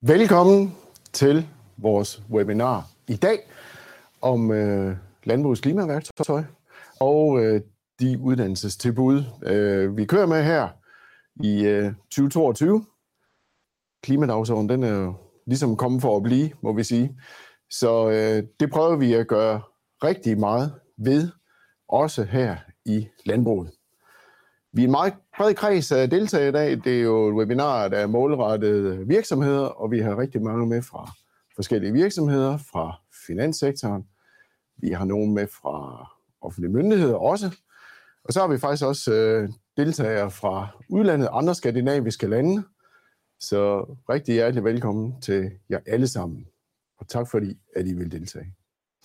Velkommen til vores webinar i dag om landbrugets klimaværktøj og de uddannelsestilbud, vi kører med her i 2022. Klimadagsordenen, den er jo ligesom kommet for at blive, må vi sige. Så det prøver vi at gøre rigtig meget ved, også her i landbruget. Vi er en meget bred kreds af deltagere i dag. Det er jo et webinar, der er målrettet virksomheder, og vi har rigtig mange med fra forskellige virksomheder, fra finanssektoren. Vi har nogen med fra offentlige myndigheder også. Og så har vi faktisk også deltagere fra udlandet, andre skandinaviske lande. Så rigtig hjertelig velkommen til jer alle sammen. Og tak fordi, at I vil deltage.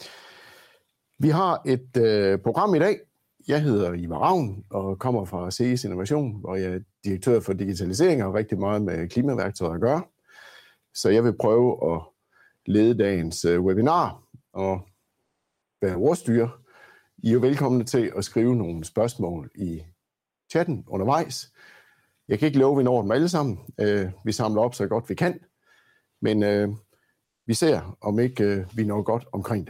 Vi har et program i dag. Jeg hedder Ivar Ravn og kommer fra CS Innovation, hvor jeg er direktør for digitalisering og rigtig meget med klimaværktøjer at gøre. Så jeg vil prøve at lede dagens webinar og være ordstyrer. I er velkomne til at skrive nogle spørgsmål i chatten undervejs. Jeg kan ikke love, at vi når dem alle sammen. Vi samler op så godt vi kan, men vi ser, om ikke vi når godt omkring det.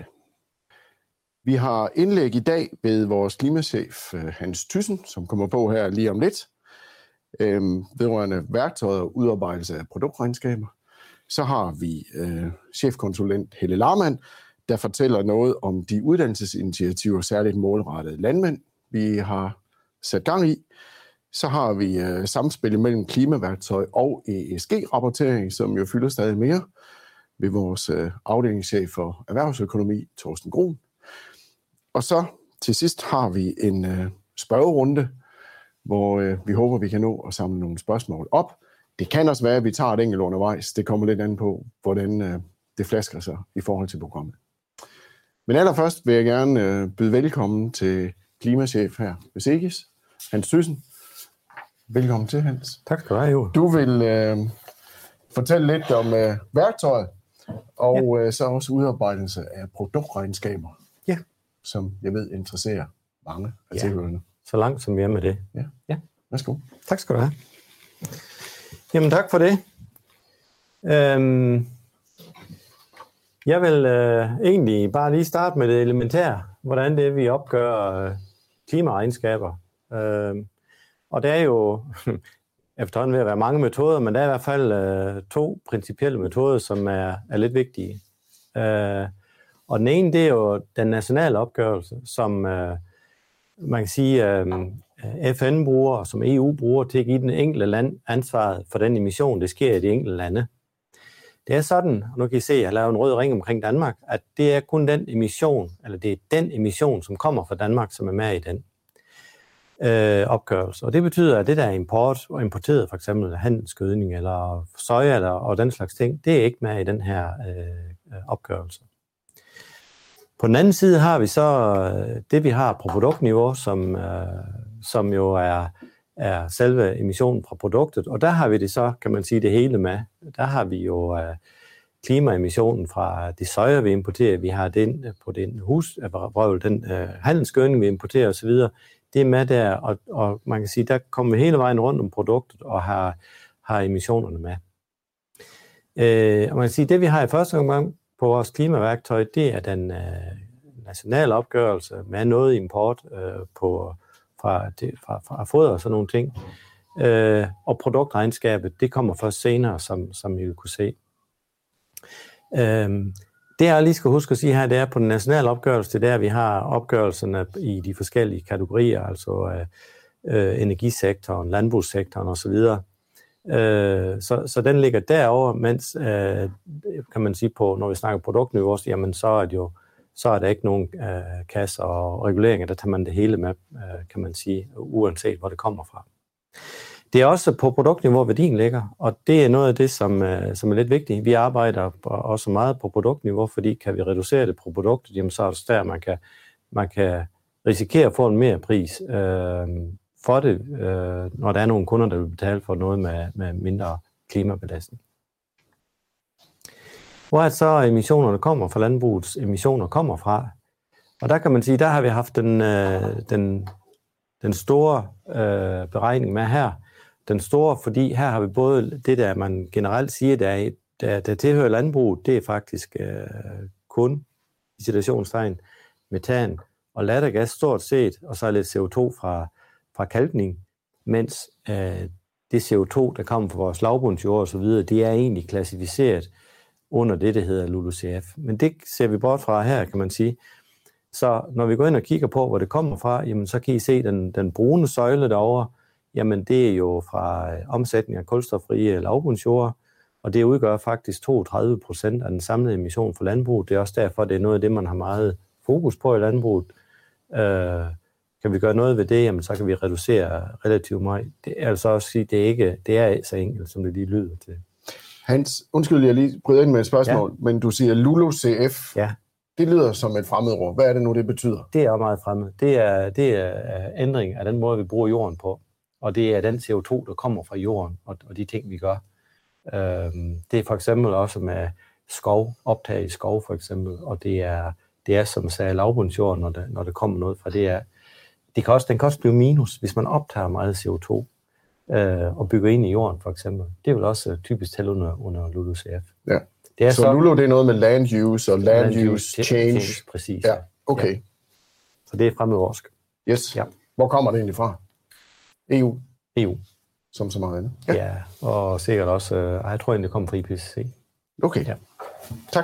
Vi har indlæg i dag ved vores klimachef Hans Thyssen, som kommer på her lige om lidt, vedrørende værktøjer og udarbejdelse af produktregnskaber. Så har vi chefkonsulent Helle Larmann, der fortæller noget om de uddannelsesinitiativer, særligt målrettet landmænd, vi har sat gang i. Så har vi samspil mellem klimaværktøj og ESG-rapportering, som jo fylder stadig mere, ved vores afdelingschef for erhvervsøkonomi, Torsten Grun. Og så til sidst har vi en spørgerunde, hvor vi håber, vi kan nå at samle nogle spørgsmål op. Det kan også være, at vi tager et enkelt undervejs. Det kommer lidt an på, hvordan det flasker sig i forhold til programmet. Men allerførst vil jeg gerne byde velkommen til klimachef her ved SEGIS, Hans Thyssen. Velkommen til, Hans. Tak skal du have, Jo. Du vil fortælle lidt om værktøjet, og så også udarbejdelse af produktregnskaber. Ja. Som jeg ved interesserer mange af tilhørende. Så langt som vi er med det. Ja. Værsgo. Tak skal du have. Jamen tak for det. Jeg vil egentlig bare lige starte med det elementære, hvordan det er, vi opgør klimaregnskaber. Og der er jo efterhånden ved at være mange metoder, men der er i hvert fald to principielle metoder, som er lidt vigtige. Og den ene, det er jo den nationale opgørelse, som man kan sige, FN bruger, som EU bruger til at give den enkelte land ansvaret for den emission, det sker i de enkelte lande. Det er sådan, og nu kan I se, at jeg har lavet en rød ring omkring Danmark, at det er kun den emission, eller det er den emission, som kommer fra Danmark, som er med i den opgørelse. Og det betyder, at det der er import og importeret, for eksempel handelsgødning eller soja og den slags ting, det er ikke med i den her opgørelse. På den anden side har vi så det, vi har på produktniveau, som jo er selve emissionen fra produktet. Og der har vi det så, kan man sige, det hele med. Der har vi jo klimaemissionen fra det soja, vi importerer. Vi har den på den den handelsgødning, vi importerer osv. Det er med der, og man kan sige, der kommer vi hele vejen rundt om produktet og har emissionerne med. Og man kan sige, det vi har i første omgang på vores klimaværktøj, det er den nationale opgørelse med noget import fra foder og sådan nogle ting. Og produktregnskabet, det kommer først senere, som I vil kunne se. Det jeg lige skal huske at sige her, det er på den nationale opgørelse, det er der, vi har opgørelserne i de forskellige kategorier, altså energisektoren, landbrugssektoren osv. Så den ligger derovre, mens kan man sige på, når vi snakker produktniveau, jamen så er der ikke nogen kasser og reguleringer, der tager man det hele med, kan man sige, uanset hvor det kommer fra. Det er også på produktniveau, værdien ligger, og det er noget af det, som er lidt vigtigt. Vi arbejder også meget på produktniveau, fordi kan vi reducere det på produktet, jamen så er det der, man kan risikere at få en mere pris for det, når der er nogle kunder, der vil betale for noget med mindre klimabelastning. Hvor er så emissionerne kommer fra, landbrugets emissioner kommer fra? Og der kan man sige, der har vi haft den store beregning med her. Den store, fordi her har vi både det der, man generelt siger, der er der tilhører landbruget, det er faktisk kun, i citationstegn, metan og lattergas stort set, og så er lidt CO2 fra kalkning, mens det CO2, der kommer fra vores lavbundsjord og så videre, det er egentlig klassificeret under det, der hedder LULUCF. Men det ser vi bort fra her, kan man sige. Så når vi går ind og kigger på, hvor det kommer fra, jamen, så kan I se den brune søjle derovre. Jamen, det er jo fra omsætning af kulstoffrie lavbundsjord, og det udgør faktisk 32% af den samlede emission for landbruget. Det er også derfor, det er noget af det, man har meget fokus på i landbruget. Kan vi gøre noget ved det, jamen, så kan vi reducere relativt meget. Det er altså også sige, det er så enkelt, som det lige lyder til. Hans, undskyld, jeg lige bryder ind med et spørgsmål, men du siger LULUCF. Ja. Det lyder som et fremmedord. Hvad er det nu, det betyder? Det er jo meget fremmed. Det er ændring af den måde, vi bruger jorden på. Og det er den CO2, der kommer fra jorden, og de ting, vi gør. Det er for eksempel også med skov, optag i skov for eksempel, og det er som sagde lavbundsjord, når det kommer noget fra det. Den kan også blive minus, hvis man optager meget CO2 og bygger ind i jorden for eksempel. Det er vel også typisk til under LULUCF. Ja. Det er så LULU, det er noget med land use og land use change. Præcis. Ja, okay. Ja. Så det er fremmedorsk. Yes. Ja. Hvor kommer det egentlig fra? EU? EU. Som så meget andet. Ja, og sikkert også, jeg tror egentlig, det kommer fra IPCC. Okay, ja. Tak.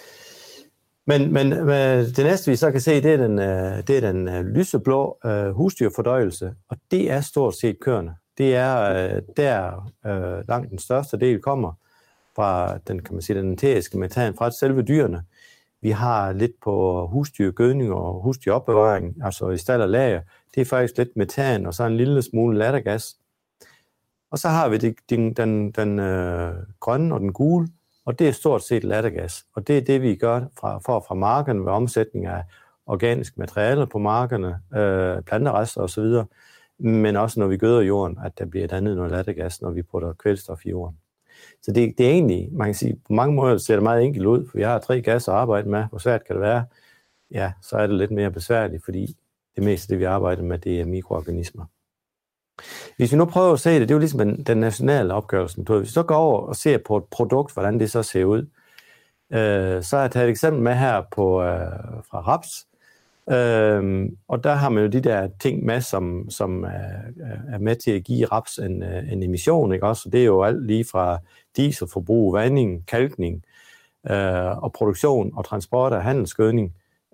Men det næste, vi så kan se, det er den lyseblå husdyrfordøjelse, og det er stort set køerne. Det er der langt den største del kommer fra den, kan man sige, den enteriske metan fra selve dyrene. Vi har lidt på husdyrgødning og husdyropbevaring, altså i stald og lager. Det er faktisk lidt metan, og så en lille smule lattergas. Og så har vi den grønne og den gule, og det er stort set lattergas. Og det er det, vi gør fra markerne ved omsætning af organisk materiale på markerne, planterester osv., men også når vi gøder jorden, at der bliver dannet noget lattergas, når vi putter kvælstof i jorden. Så det er egentlig, man kan sige, på mange måder ser det meget enkelt ud, for vi har 3 gasser at arbejde med. Hvor svært kan det være? Ja, så er det lidt mere besværligt, fordi det meste af det, vi arbejder med, det er mikroorganismer. Hvis vi nu prøver at se det, det er jo ligesom den nationale opgørelsesmetode. Hvis vi så går over og ser på et produkt, hvordan det så ser ud, så har jeg taget et eksempel med her fra raps, og der har man jo de der ting med, som er med til at give raps en emission, ikke også? Det er jo alt lige fra dieselforbrug, vanding, kalkning og produktion og transport af handelsgødning.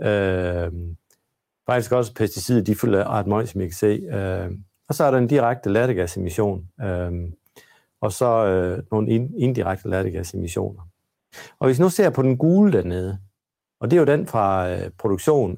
Faktisk også pesticider, de følger ret meget, som I kan se. Og så er der en direkte lattergasemission, og så nogle indirekte lattergasemissioner. Og hvis vi nu ser på den gule dernede, og det er jo den fra produktion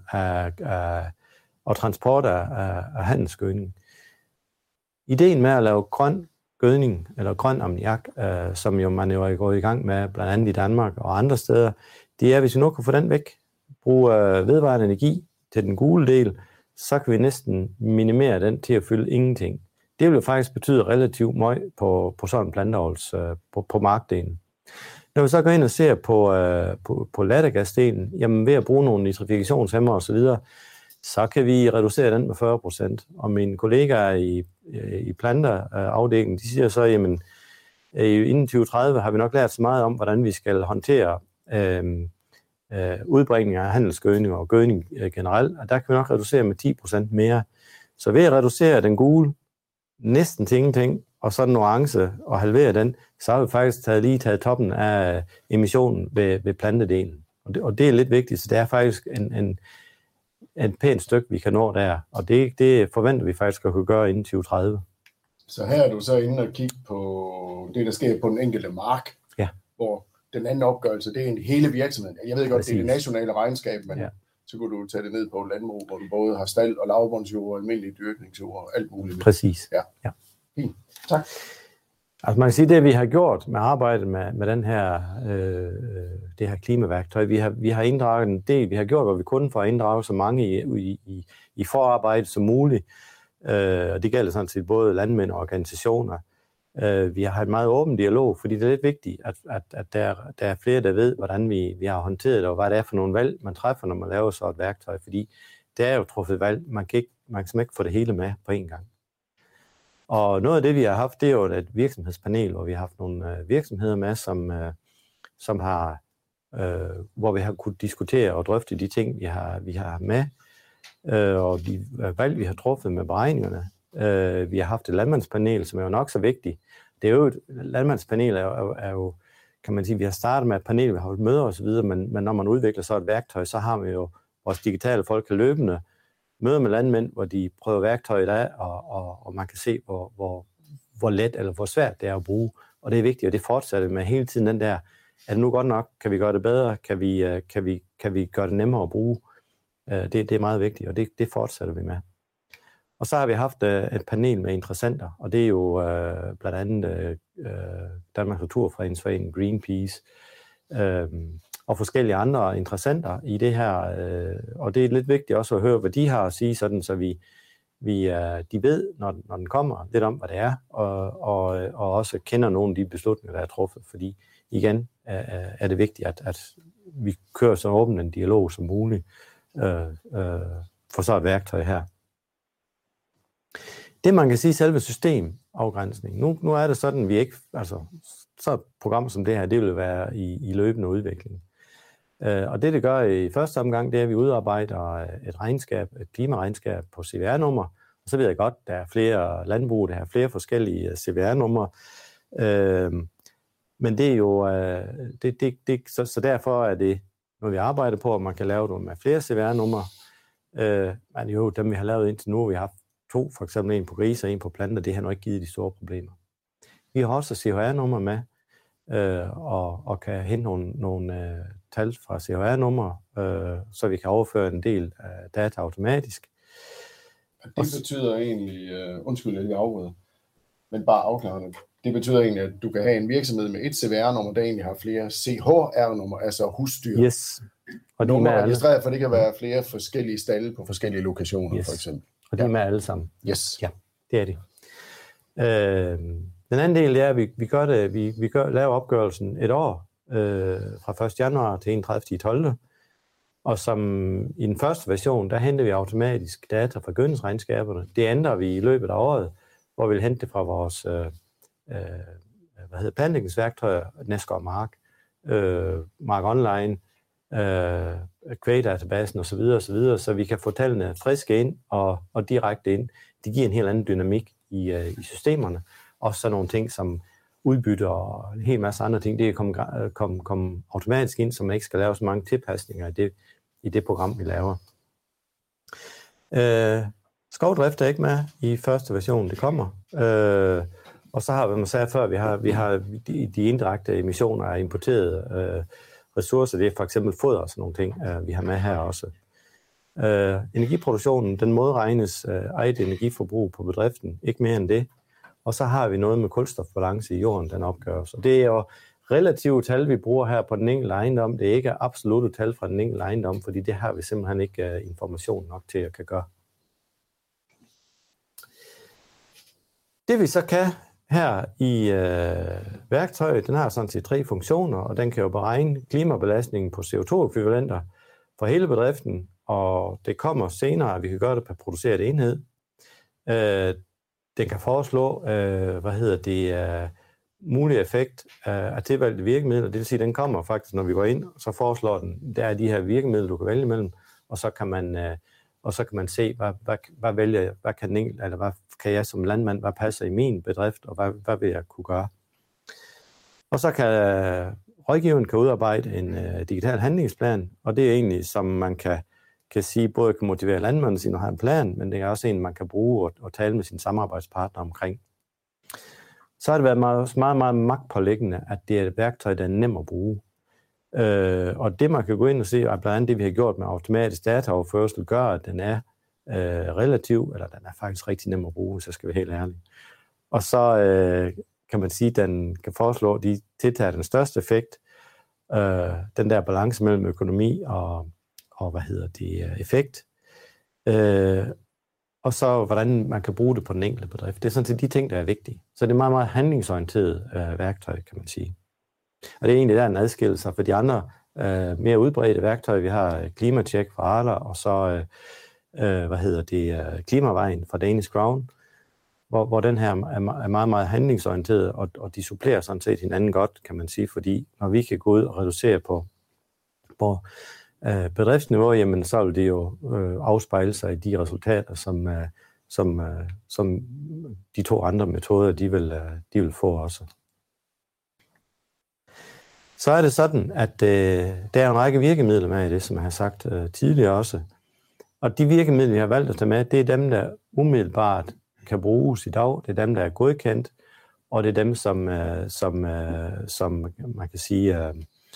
og transport af handelsgødning. Ideen med at lave grøn gødning, eller grøn ammoniak, som jo man jo er gået i gang med, blandt andet i Danmark og andre steder, det er, hvis vi nu kan få den væk, bruge vedvarende energi til den gule del, så kan vi næsten minimere den til at fylde ingenting. Det vil jo faktisk betyde relativt meget på sådan en planteavls på markdelen. Når vi så går ind og ser på lattergasdelen, jamen ved at bruge nogle nitrifikationshæmmer og så videre, så kan vi reducere den med 40%. Og mine kollegaer i planterafdelingen, de siger så, jamen inden 2030 har vi nok lært så meget om, hvordan vi skal håndtere udbringning af handelsgødning og gødning generelt, og der kan vi nok reducere med 10% mere. Så ved at reducere den gule næsten til ingenting, og så den nuance og halvere den, så har vi faktisk taget toppen af emissionen ved plantedelen. Og det er lidt vigtigt, så det er faktisk en pænt stykke, vi kan nå der, og det forventer vi faktisk at kunne gøre inden 2030. Så her er du så inde og kigge på det, der sker på den enkelte mark, hvor den anden opgørelse, det er egentlig hele virksomheden. Jeg ved godt, det er det nationale regnskab, men så kunne du tage det ned på landbrug, hvor du både har stald og lavbundsjord og almindelige dyrkningsjord og alt muligt. Præcis. Ja. Fint. Tak. Altså man kan sige, det vi har gjort med arbejdet med den her, det her klimaværktøj, vi har inddraget en del, vi har gjort, hvor vi kunne for at inddrage så mange i forarbejdet som muligt, og det gælder sådan set både landmænd og organisationer. Vi har en meget åben dialog, fordi det er lidt vigtigt, at der er flere, der ved, hvordan vi har håndteret det, og hvad det er for nogle valg, man træffer, når man laver så et værktøj, fordi det er jo truffet valg, man kan simpelthen ikke få det hele med på en gang. Og noget af det, vi har haft, det er jo et virksomhedspanel, hvor vi har haft nogle virksomheder med, som har, hvor vi har kunnet diskutere og drøfte de ting, vi har med, og de valg, vi har truffet med beregningerne. Vi har haft et landmandspanel, som er jo nok så vigtigt. Det er jo et landmandspanel, er jo, kan man sige, vi har startet med et panel, vi har holdt møder osv., men når man udvikler så et værktøj, så har vi jo vores digitale folk kan løbende møder med landmænd, hvor de prøver værktøjet af, og man kan se, hvor let eller hvor svært det er at bruge. Og det er vigtigt, og det fortsætter med hele tiden den der, er det nu godt nok? Kan vi gøre det bedre? Kan vi gøre det nemmere at bruge? Det er meget vigtigt, og det fortsætter vi med. Og så har vi haft et panel med interessenter, og det er jo blandt andet Danmarks Naturfredningsforening, Greenpeace, og forskellige andre interessenter i det her. Og det er lidt vigtigt også at høre, hvad de har at sige, sådan, så de ved, når den kommer, lidt om, hvad det er, og også kender nogle af de beslutninger, der er truffet. Fordi igen er det vigtigt, at vi kører så åben en dialog som muligt for så et værktøj her. Det man kan sige, selve systemafgrænsning. Nu er det sådan, vi ikke, altså så et program som det her, det vil være i løbende udvikling. Og det gør i første omgang, det er, at vi udarbejder et regnskab, et klimaregnskab på CVR-nummer. Og så ved jeg godt, der er flere landbrug, der har flere forskellige CVR-numre. Men det er jo, så derfor er det, når vi arbejder på, at man kan lave det med flere CVR-numre. Men jo, dem vi har lavet indtil nu, vi har haft 2, for eksempel en på grise og en på planter, det har nok ikke givet de store problemer. Vi har også CHR-nummer med, og kan hente nogle tal fra CHR-numre, så vi kan overføre en del data automatisk. Det betyder egentlig, undskyld, at jeg afbryder, men bare afklarende. Det betyder egentlig, at du kan have en virksomhed med et CVR-nummer, der egentlig har flere CHR-nummer, altså husdyr. Yes. Og nummer registreret, for det kan være flere forskellige stalde på forskellige lokationer, for eksempel. Og de er med alle sammen. Yes. Ja, det er de. Den anden del er, at vi laver opgørelsen et år, fra 1. januar til 31.12. Og som i den første version, der henter vi automatisk data fra gødningsregnskaberne. Det ændrer vi i løbet af året, hvor vi vil hente det fra vores planlægningsværktøjer, Næsgaard Mark, Mark Online, kvægdatabasen osv., så vi kan få tallene friske ind og direkte ind. Det giver en helt anden dynamik i systemerne. Også sådan nogle ting som udbytte og en hel masse andre ting, det er komme automatisk ind, så man ikke skal lave så mange tilpasninger i det program, vi laver. Skovdrift er ikke med i første version, det kommer. Og så har vi, man sagde før, vi har de indirekte emissioner af importerede ressourcer, det er for eksempel foder og sådan nogle ting, vi har med her også. Energiproduktionen, den modregnes eget energiforbrug på bedriften, ikke mere end det. Og så har vi noget med kulstofbalance i jorden, den opgøres. Og det er jo relative tal, vi bruger her på den enkelte ejendom. Det er ikke absolutte tal fra den enkelte ejendom, fordi det har vi simpelthen ikke information nok til at kan gøre. Det vi så kan her i værktøjet, den har sådan set 3 funktioner, og den kan jo beregne klimabelastningen på CO2-ekvivalenter for hele bedriften, og det kommer senere, at vi kan gøre det per produceret enhed. Den kan foreslå, mulig effekt af tilvalgte virkemidler. Det vil sige, at den kommer faktisk, når vi går ind, så foreslår den, der er de her virkemidler, du kan vælge imellem, og så kan man se, hvad vælger, hvad kan den enkelte, eller hvad kan jeg som landmand, hvad passer i min bedrift, og hvad vil jeg kunne gøre. Og så kan rådgiveren kan udarbejde en digital handlingsplan, og det er egentlig, som man kan sige, både kan motivere landmanden til at have en plan, men det er også en, man kan bruge og tale med sin samarbejdspartner omkring. Så har det været meget, meget magtpåliggende, at det er et værktøj, der er nemt at bruge. Og det, man kan gå ind og se, er blandt andet det, vi har gjort med automatisk dataoverførsel, gør, at den er relativ, eller den er faktisk rigtig nem at bruge, hvis jeg skal være helt ærlig. Og så kan man sige, at den kan foreslå, de tiltager den største effekt, den der balance mellem økonomi og effekt. Og så hvordan man kan bruge det på den enkelte bedrift. Det er sådan set de ting, der er vigtige. Så det er meget, meget handlingsorienteret værktøj, kan man sige. Og det er egentlig der en adskillelse for de andre mere udbredte værktøjer. Vi har klimatjek fra Arla, og så Klimavejen fra Danish Crown, hvor den her er meget, meget handlingsorienteret, og de supplerer sådan set hinanden godt, kan man sige, fordi når vi kan gå ud og reducere på bedriftsniveau, jamen så vil det jo afspejle sig i de resultater, som de 2 andre metoder, de vil få også. Så er det sådan, at der er en række virkemidler med i det, som jeg har sagt tidligere også. Og de virkemidler, vi har valgt at tage med, det er dem, der umiddelbart kan bruges i dag. Det er dem, der er godkendt, og det er dem, som man kan sige,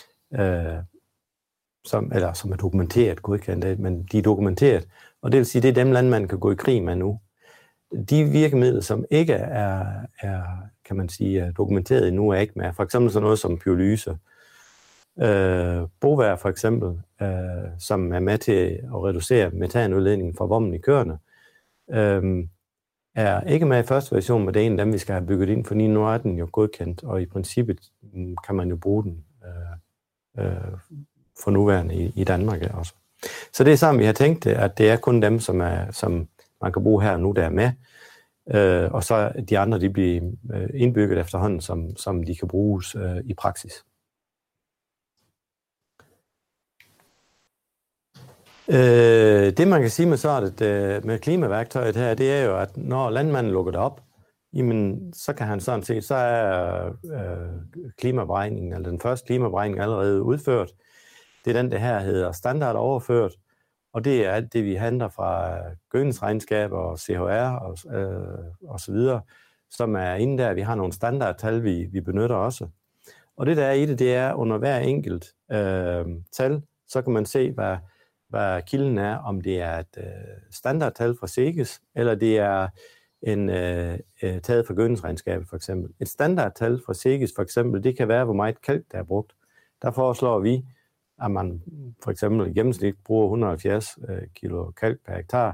som er dokumenteret godkendt, men de er dokumenteret. Og det vil sige, det er dem, landmanden kan gå i krig med nu. De virkemidler, som ikke er kan man sige, dokumenteret endnu, er ikke med. For eksempel sådan noget som pyrolyse. Bovær for eksempel, som er med til at reducere metanudledningen fra vommen i køerne, er ikke med i første version, men det er en af dem, vi skal have bygget ind, for nu er den jo godkendt, og i princippet kan man jo bruge den for nuværende i Danmark også. Så det er sådan, vi har tænkt det, at det er kun dem, som man kan bruge her nu, der er med, og så de andre, de bliver indbygget efterhånden, som de kan bruges i praksis. Det man kan sige med med klimaværktøjet her, det er jo, at når landmanden lukker det op, jamen, så kan han sådan set, så er klimaberegningen, eller den første klimaberegning allerede udført. Det er den, der her hedder standard overført, og det er alt det, vi henter fra gødningsregnskaber og CHR og så videre, som er inde der. Vi har nogle standardtal, vi benytter også. Og det der er i det, det er under hver enkelt tal, så kan man se, hvad kilden er, om det er et standardtal fra SEGES, eller det er en taget fra gødningsregnskabet for eksempel. Et standardtal fra SEGES for eksempel, det kan være, hvor meget kalk der er brugt. Der foreslår vi, at man for eksempel i gennemsnit bruger 170 kilo kalk per hektar.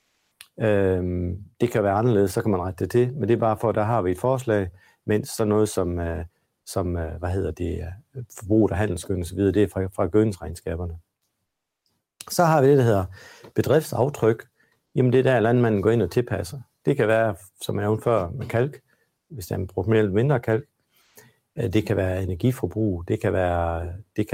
Det kan være anderledes, så kan man rette det til, men det er bare for, at der har vi et forslag, mens så noget som forbrug af handelsgødning og så videre, det er fra gødningsregnskaberne. Så har vi det, der hedder bedriftsaftryk. Jamen det er der, landmanden går ind og tilpasser. Det kan være, som jeg nævnte før, med kalk, hvis der er proportionelt mindre kalk. Det kan være energiforbrug. Det kan være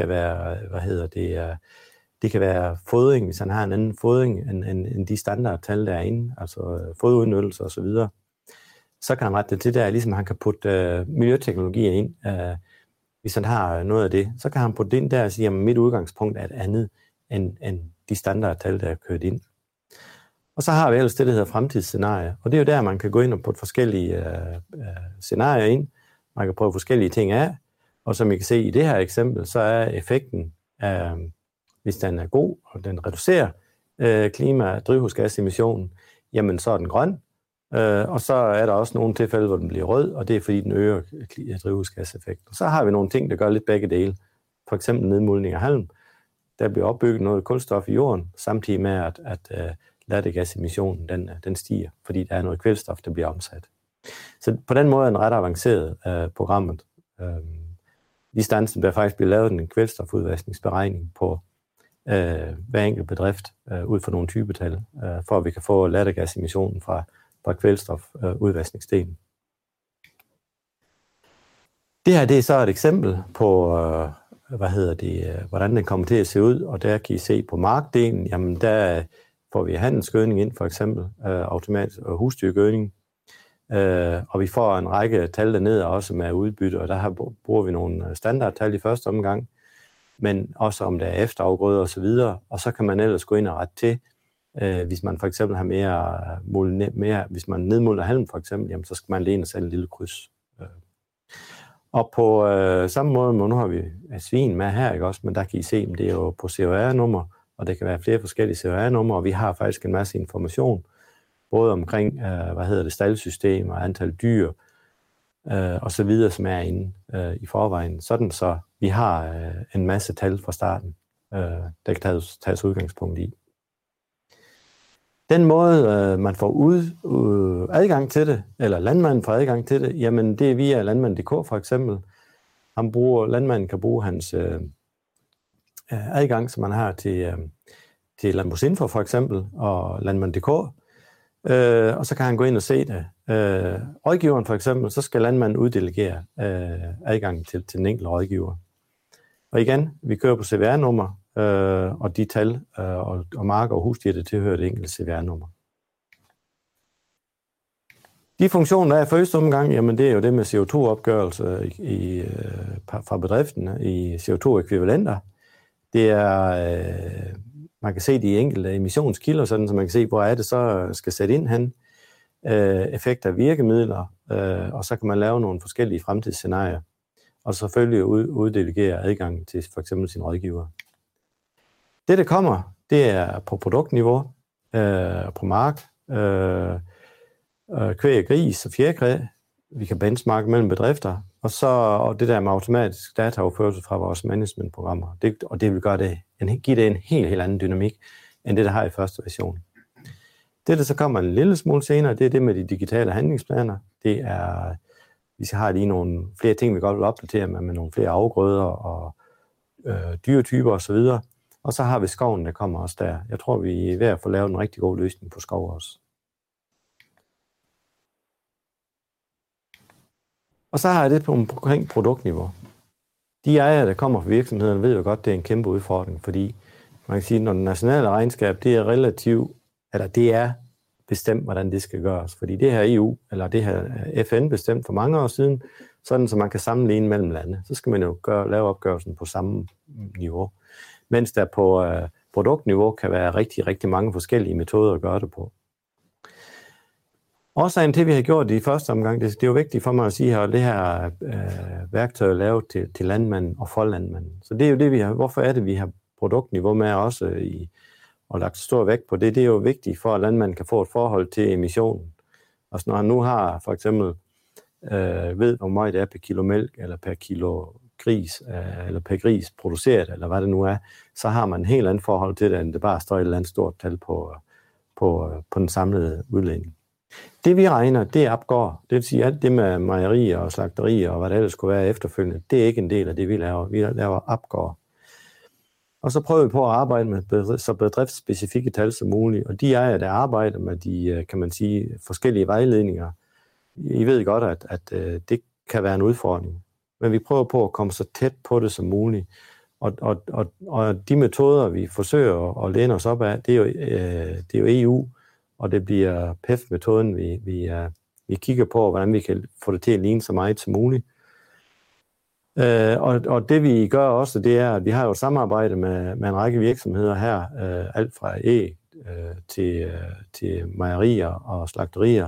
det kan være fodring, hvis han har en anden fodring end de standardtal, der er inde, altså fodudnyttelse og så videre. Så kan han rette det til der, ligesom han kan putte miljøteknologier ind. Hvis han har noget af det, så kan han putte det ind der og sige, at mit udgangspunkt er et andet end de standardtal, der er kørt ind. Og så har vi ellers det, der hedder fremtidsscenarier. Og det er jo der, man kan gå ind og putte forskellige scenarier ind. Man kan prøve forskellige ting af. Og som I kan se i det her eksempel, så er effekten, hvis den er god, og den reducerer drivhusgasemissionen, jamen så er den grøn. Og så er der også nogle tilfælde, hvor den bliver rød, og det er fordi, den øger drivhusgaseffekt. Og så har vi nogle ting, der gør lidt begge dele. For eksempel nedmuldning af halm. Der bliver opbygget noget kulstof i jorden, samtidig med, at lattergasemissionen den stiger, fordi der er noget kvælstof, der bliver omsat. Så på den måde er den ret avanceret programmet. I stansen der faktisk bliver lavet en kvælstofudvaskningsberegning på hver enkelt bedrift ud fra nogle typetal, for at vi kan få lattergasemissionen fra kvælstofudvaskningsdelen. Det her det er så et eksempel på hvordan den kommer til at se ud, og der kan I se på markdelen, jamen der får vi handelsgødning ind, for eksempel automatisk husdyrgødning, og vi får en række tal dernede også med udbytte, og der bruger vi nogle standardtal i første omgang, men også om der er efterafgrøder og så videre, og så kan man ellers gå ind og rette til, hvis man for eksempel har mere hvis man nedmulder halm for eksempel, jamen så skal man lige ind og sætte en lille kryds. Og på samme måde, nu har vi svin med her, ikke også, men der kan I se, at det er jo på CHR-nummer, og det kan være flere forskellige CHR-numre, og vi har faktisk en masse information, både omkring, staldsystem og antal dyr, og så videre, som er inde i forvejen. Sådan så vi har en masse tal fra starten, der kan tages udgangspunkt i. Den måde, man får adgang til det, eller landmanden får adgang til det, jamen det er via landmand.dk for eksempel. Landmanden kan bruge hans adgang, som man har til Landbrugsinfo for eksempel, og landmand.dk, og så kan han gå ind og se det. rådgiveren for eksempel, så skal landmanden uddelegere adgang til den enkelte rådgiver. Og igen, vi kører på CVR-nummer, og de tal og marker og husdyr, det tilhører det enkelte CVR-nummer. De funktioner, der er i første omgang, jamen det er jo det med CO2-opgørelse fra bedriften i CO2-ekvivalenter. Det er, man kan se de enkelte emissionskilder, sådan, så man kan se, hvor er det så skal sætte ind hen. Effekter af virkemidler, og så kan man lave nogle forskellige fremtidsscenarier, og selvfølgelig uddelegere adgang til for eksempel sin rådgiver. Det, der kommer, det er på produktniveau, på mark, kvæg, gris og fjerkræ. Vi kan benchmarke mellem bedrifter, og det der med automatisk dataoverførsel fra vores managementprogrammer. Og det vil give det en helt anden dynamik, end det, der har i første version. Det, der så kommer en lille smule senere, det er det med de digitale handlingsplaner. Det er, vi har lige nogle flere ting, vi godt vil opdatere med nogle flere afgrøder og dyretyper osv. Og så har vi skoven, der kommer også der. Jeg tror, vi er ved at få lavet en rigtig god løsning på skov også. Og så har jeg det på omkring produktniveau. De ejere, der kommer fra virksomhederne, ved jo godt, det er en kæmpe udfordring, fordi man kan sige, når det nationale regnskab, det er bestemt, hvordan det skal gøres. Fordi det her EU, eller det her FN bestemt for mange år siden, sådan så man kan sammenligne mellem lande. Så skal man jo lave opgørelsen på samme niveau. Mens der på produktniveau kan være rigtig, rigtig mange forskellige metoder at gøre det på. Årsagen til, at vi har gjort det i første omgang, det er jo vigtigt for mig at sige her, at det her værktøj er lavet til landmanden og for landmanden. Så det er jo det, vi har. Hvorfor er det, vi har produktniveau med også og lagt stor vægt på det? Det er jo vigtigt for, at landmanden kan få et forhold til emissionen. Og når han nu har for eksempel ved, hvor meget det er per kilo mælk, eller per kilo gris, eller per gris produceret, eller hvad det nu er, så har man en helt andet forhold til det, end det bare står et eller andet stort tal på den samlede udledning. Det vi regner, det er Apgård. Det vil sige, at det med mejerier og slagterier og hvad det ellers skulle være efterfølgende, det er ikke en del af det, vi laver. Vi laver Apgård. Og så prøver vi på at arbejde med så bedriftsspecifikke tal som muligt. Og de ejere, der arbejder med de, kan man sige, forskellige vejledninger, I ved godt, at det kan være en udfordring. Men vi prøver på at komme så tæt på det som muligt. Og de metoder, vi forsøger at læne os op af, det er jo EU, og det bliver PEF-metoden, vi kigger på, hvordan vi kan få det til at ligne så meget som muligt. Og det vi gør også, det er, at vi har jo samarbejde med en række virksomheder her, alt fra æg til mejerier og slagterier,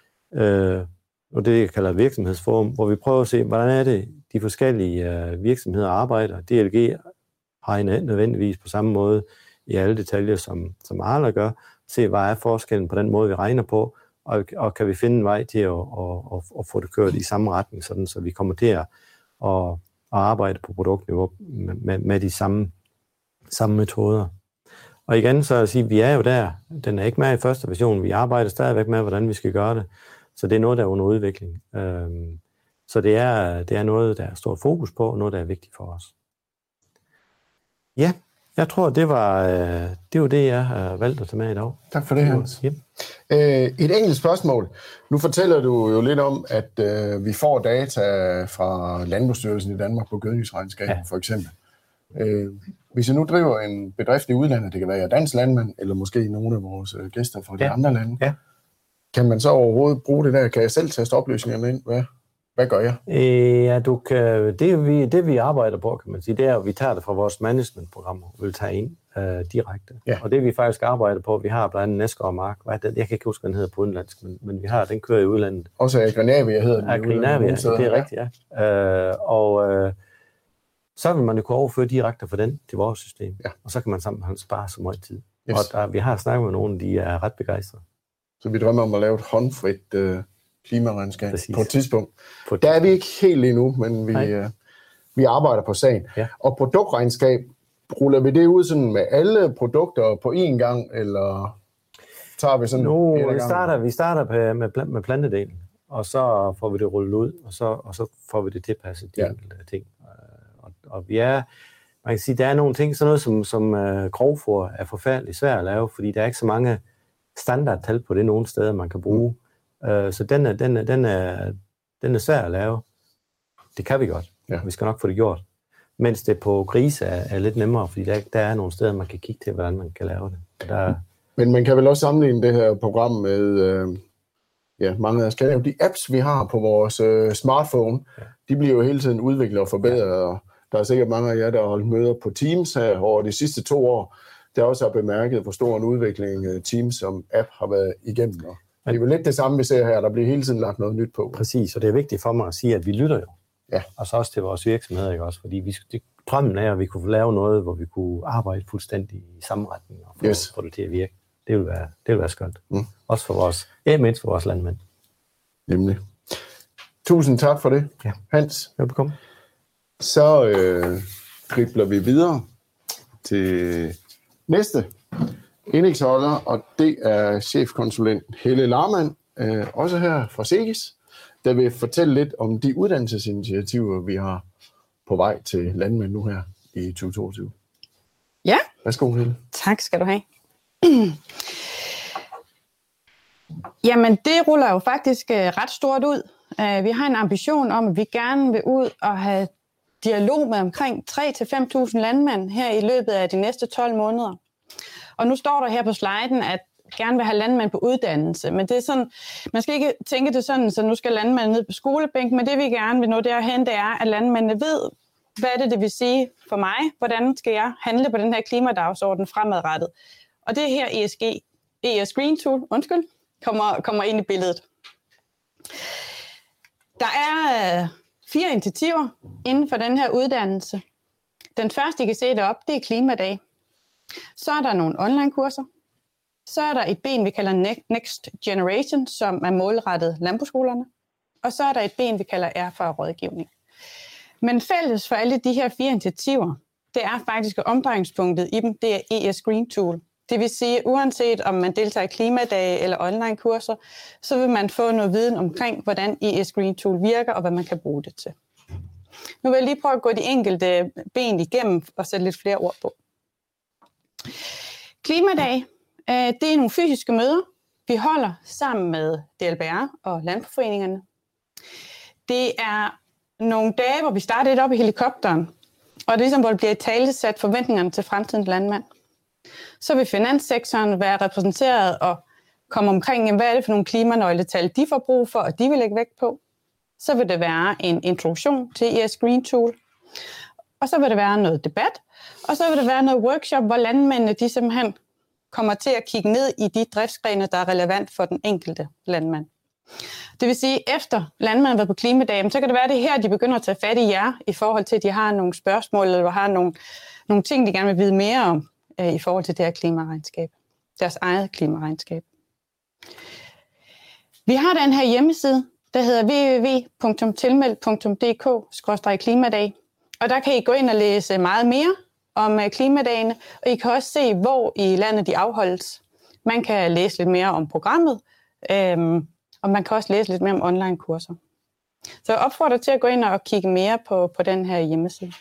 og det jeg kalder virksomhedsforum, hvor vi prøver at se, hvordan er det, de forskellige virksomheder arbejder. DLG regner nødvendigvis på samme måde i alle detaljer, som Arla gør, se, hvad er forskellen på den måde, vi regner på, og kan vi finde en vej til at få det kørt i samme retning, sådan, så vi kommer til at arbejde på produktniveau med de samme metoder. Og igen, så at sige, vi er jo der. Den er ikke med i første version. Vi arbejder stadigvæk med, hvordan vi skal gøre det. Så det er noget, der er under udvikling. Så det er noget, der er stort fokus på, og noget, der er vigtigt for os. Ja, jeg tror, det var det, jeg har valgt at tage med i dag. Tak for det, Hans. Ja. Et enkelt spørgsmål. Nu fortæller du jo lidt om, at vi får data fra Landbrugsstyrelsen i Danmark på gødningsregnskab, for eksempel. Hvis jeg nu driver en bedrift i udlandet, det kan være jeg er dansk landmand, eller måske nogle af vores gæster fra de andre lande, kan man så overhovedet bruge det der? Kan jeg selv taste oplysningerne ind? Hvad gør jeg? Ja, du kan, det vi arbejder på, kan man sige, det er, at vi tager det fra vores managementprogrammer og vil tage ind direkte. Ja. Og det vi faktisk arbejder på, vi har blandt andet Næsgaard Mark. Jeg kan ikke huske, hvad den hedder på udenlandsk, men vi har den kører i udlandet. Også Agrinavia hedder den. Agrinavia, det er rigtigt, ja. Så vil man jo kunne overføre direkte fra den til vores system. Ja. Og så kan man sammen spare så meget tid. Yes. Og vi har snakket med nogen, de er ret begejstrede. Så vi drømmer om at lave et håndfrit klimaregnskab på et tidspunkt. Der er vi ikke helt endnu, men vi arbejder på sagen. Ja. Og produktregnskab, ruller vi det ud sådan med alle produkter på én gang, eller tager vi sådan vi starter med plantedelen, og så får vi det rullet ud, og så får vi det tilpasset de enkelte ting. Og man kan sige, der er nogle ting, sådan noget som grovfoder er forfærdeligt svært at lave, fordi der er ikke så mange standardtal på det nogle steder, man kan bruge. Så den er svær at lave. Det kan vi godt. Ja. Vi skal nok få det gjort. Mens det på grise er lidt nemmere, fordi der er nogle steder, man kan kigge til, hvordan man kan lave det. Men man kan vel også sammenligne det her program med mange af os kan. De apps, vi har på vores smartphone, de bliver jo hele tiden udviklet og forbedret, og der er sikkert mange af jer, der har holdt møder på Teams her over de sidste 2 år, der også har bemærket, hvor stor en udvikling Teams som app har været igennem. Og det er jo lidt det samme, vi ser her. Der bliver hele tiden lagt noget nyt på. Præcis, og det er vigtigt for mig at sige, at vi lytter jo. Ja. Og så også til vores virksomheder, ikke også? Fordi drømmen er, at vi kunne lave noget, hvor vi kunne arbejde fuldstændig i samme retning og få det til at virke. Det vil være skønt. Også for mindst for vores landmænd. Nemlig. Tusind tak for det, Hans. Velbekomme. Så dribler vi videre til næste indlægsholder, og det er chefkonsulent Helle Larmann, også her fra SEGIS, der vil fortælle lidt om de uddannelsesinitiativer, vi har på vej til landmænd nu her i 2022. Ja. Værsgo, Helle. Tak skal du have. Jamen, det ruller jo faktisk ret stort ud. Vi har en ambition om, at vi gerne vil ud og have dialog med omkring 3.000-5.000 landmænd her i løbet af de næste 12 måneder. Og nu står der her på sliden, at gerne vil have landmænd på uddannelse, men det er sådan, man skal ikke tænke det sådan, så nu skal landmænd ned på skolebænken, men det vi gerne vil nå derhen, det er, at landmændene ved, hvad det vil sige for mig, hvordan skal jeg handle på den her klimadagsorden fremadrettet. Og det her ES Green Tool, kommer ind i billedet. Der er 4 initiativer inden for den her uddannelse. Den første, I kan se deroppe, det er klimadag. Så er der nogle online-kurser. Så er der et ben, vi kalder Next Generation, som er målrettet landbrugsskolerne. Og så er der et ben, vi kalder erfarerådgivning. Men fælles for alle de her 4 initiativer, det er faktisk omdrejningspunktet i dem, det er ES Green Tool. Det vil sige, uanset om man deltager i klimadage eller online-kurser, så vil man få noget viden omkring, hvordan ES Green Tool virker og hvad man kan bruge det til. Nu vil jeg lige prøve at gå de enkelte ben igennem og sætte lidt flere ord på. Klimadag, det er nogle fysiske møder, vi holder sammen med DLBR og landbrugsforeningerne. Det er nogle dage, hvor vi starter lidt op i helikopteren, og det er ligesom, hvor det bliver talesat forventningerne til fremtidens landmand. Så vil finanssektoren være repræsenteret og komme omkring, hvad er det for nogle klimanøgletal, de får brug for, og de vil lægge vægt på. Så vil det være en introduktion til ES Green Tool. Og så vil det være noget debat, og så vil det være noget workshop, hvor landmændene de simpelthen kommer til at kigge ned i de driftsgrene, der er relevant for den enkelte landmand. Det vil sige, efter landmanden har været på klimadagen, så kan det være, det her, de begynder at tage fat i jer, i forhold til, at de har nogle spørgsmål, eller har nogle ting, de gerne vil vide mere om, i forhold til det her klimaregnskab. Deres eget klimaregnskab. Vi har den her hjemmeside, der hedder www.tilmeld.dk/klimadag, og der kan I gå ind og læse meget mere om klimadagene, og I kan også se, hvor i landet de afholdes. Man kan læse lidt mere om programmet, og man kan også læse lidt mere om online-kurser. Så jeg opfordrer til at gå ind og kigge mere på den her hjemmeside.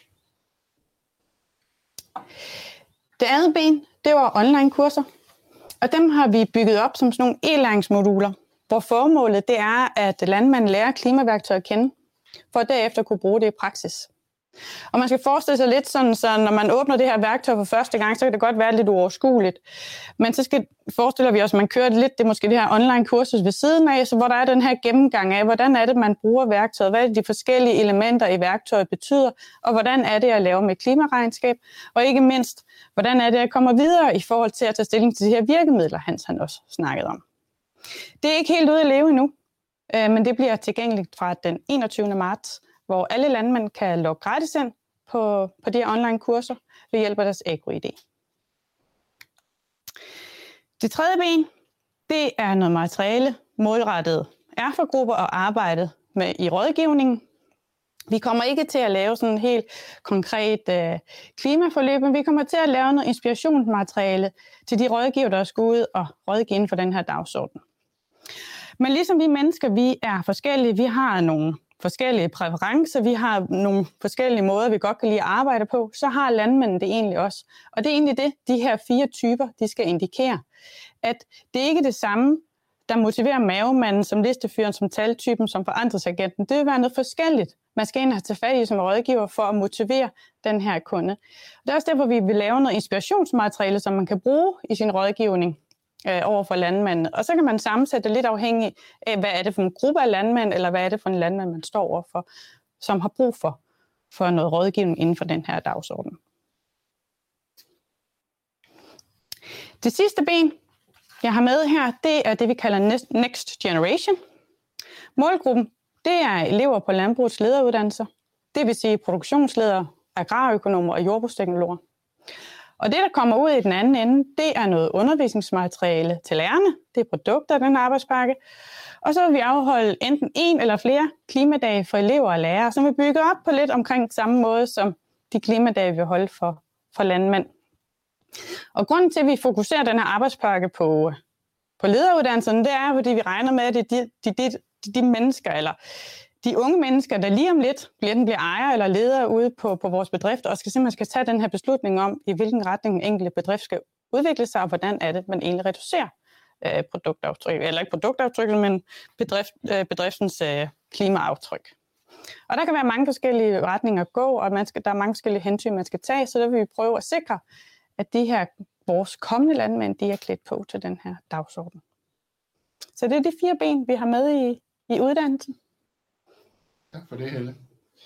Det andet ben, det var online-kurser, og dem har vi bygget op som sådan nogle e-læringsmoduler, hvor formålet det er, at landmanden lærer klimaværktøjer at kende, for at derefter kunne bruge det i praksis. Og man skal forestille sig lidt sådan, så når man åbner det her værktøj for første gang, så kan det godt være lidt uoverskueligt. Men så forestiller vi os, at man kører det lidt, det er måske det her online-kursus ved siden af, så hvor der er den her gennemgang af, hvordan er det, man bruger værktøjet, hvad er det, de forskellige elementer i værktøjet betyder, og hvordan er det at lave med klimaregnskab, og ikke mindst, hvordan er det at komme videre i forhold til at tage stilling til de her virkemidler, Hans han også snakkede om. Det er ikke helt ude at leve endnu, men det bliver tilgængeligt fra den 21. marts, hvor alle landmænd kan logge gratis ind på de her online-kurser ved hjælp af deres AgroID. Det tredje ben, det er noget materiale målrettet erfagrupper og arbejdet med i rådgivningen. Vi kommer ikke til at lave sådan en helt konkret klimaforløb, men vi kommer til at lave noget inspirationsmateriale til de rådgiver, der skal ud og rådgive inden for den her dagsorden. Men ligesom vi mennesker, vi er forskellige, vi har nogle forskellige præferencer, vi har nogle forskellige måder, vi godt kan lide at arbejde på, så har landmændene det egentlig også. Og det er egentlig det, de her 4 typer, de skal indikere. At det ikke er det samme, der motiverer mavemanden, som listefyren, som taltypen, som forandringsagenten. Det vil være noget forskelligt, man skal ind og tage fat i som rådgiver for at motivere den her kunde. Det er også derfor, vi vil lave noget inspirationsmateriale, som man kan bruge i sin rådgivning over for landmanden. Og så kan man sammensætte det lidt afhængig af, hvad er det for en gruppe af landmænd, eller hvad er det for en landmand, man står overfor, som har brug for noget rådgivning inden for den her dagsorden. Det sidste ben, jeg har med her, det er det, vi kalder Next Generation. Målgruppen, det er elever på landbrugets lederuddannelser, det vil sige produktionsledere, agrarøkonomer og jordbrugsteknologer. Og det, der kommer ud i den anden ende, det er noget undervisningsmateriale til lærerne, det er produkter af den arbejdspakke, og så vil vi afholde enten en eller flere klimadage for elever og lærere, som vi bygger op på lidt omkring samme måde, som de klimadage, vi holder for landmænd. Og grunden til, at vi fokuserer den her arbejdspakke på lederuddannelserne, det er, fordi vi regner med, at det er de mennesker, eller de unge mennesker, der lige om lidt bliver ejer eller leder ude på vores bedrift, og simpelthen tage den her beslutning om, i hvilken retning en enkelt bedrift skal udvikle sig, og hvordan er det, man egentlig reducerer produktaftryk, eller ikke produktaftryk, men bedriftens klimaaftryk. Og der kan være mange forskellige retninger at gå, og der er mange forskellige hensyn, man skal tage, så der vil vi prøve at sikre, at de her vores kommende landmænd, de er klædt på til den her dagsorden. Så det er de 4 ben, vi har med i uddannelsen. Tak for det, Helle.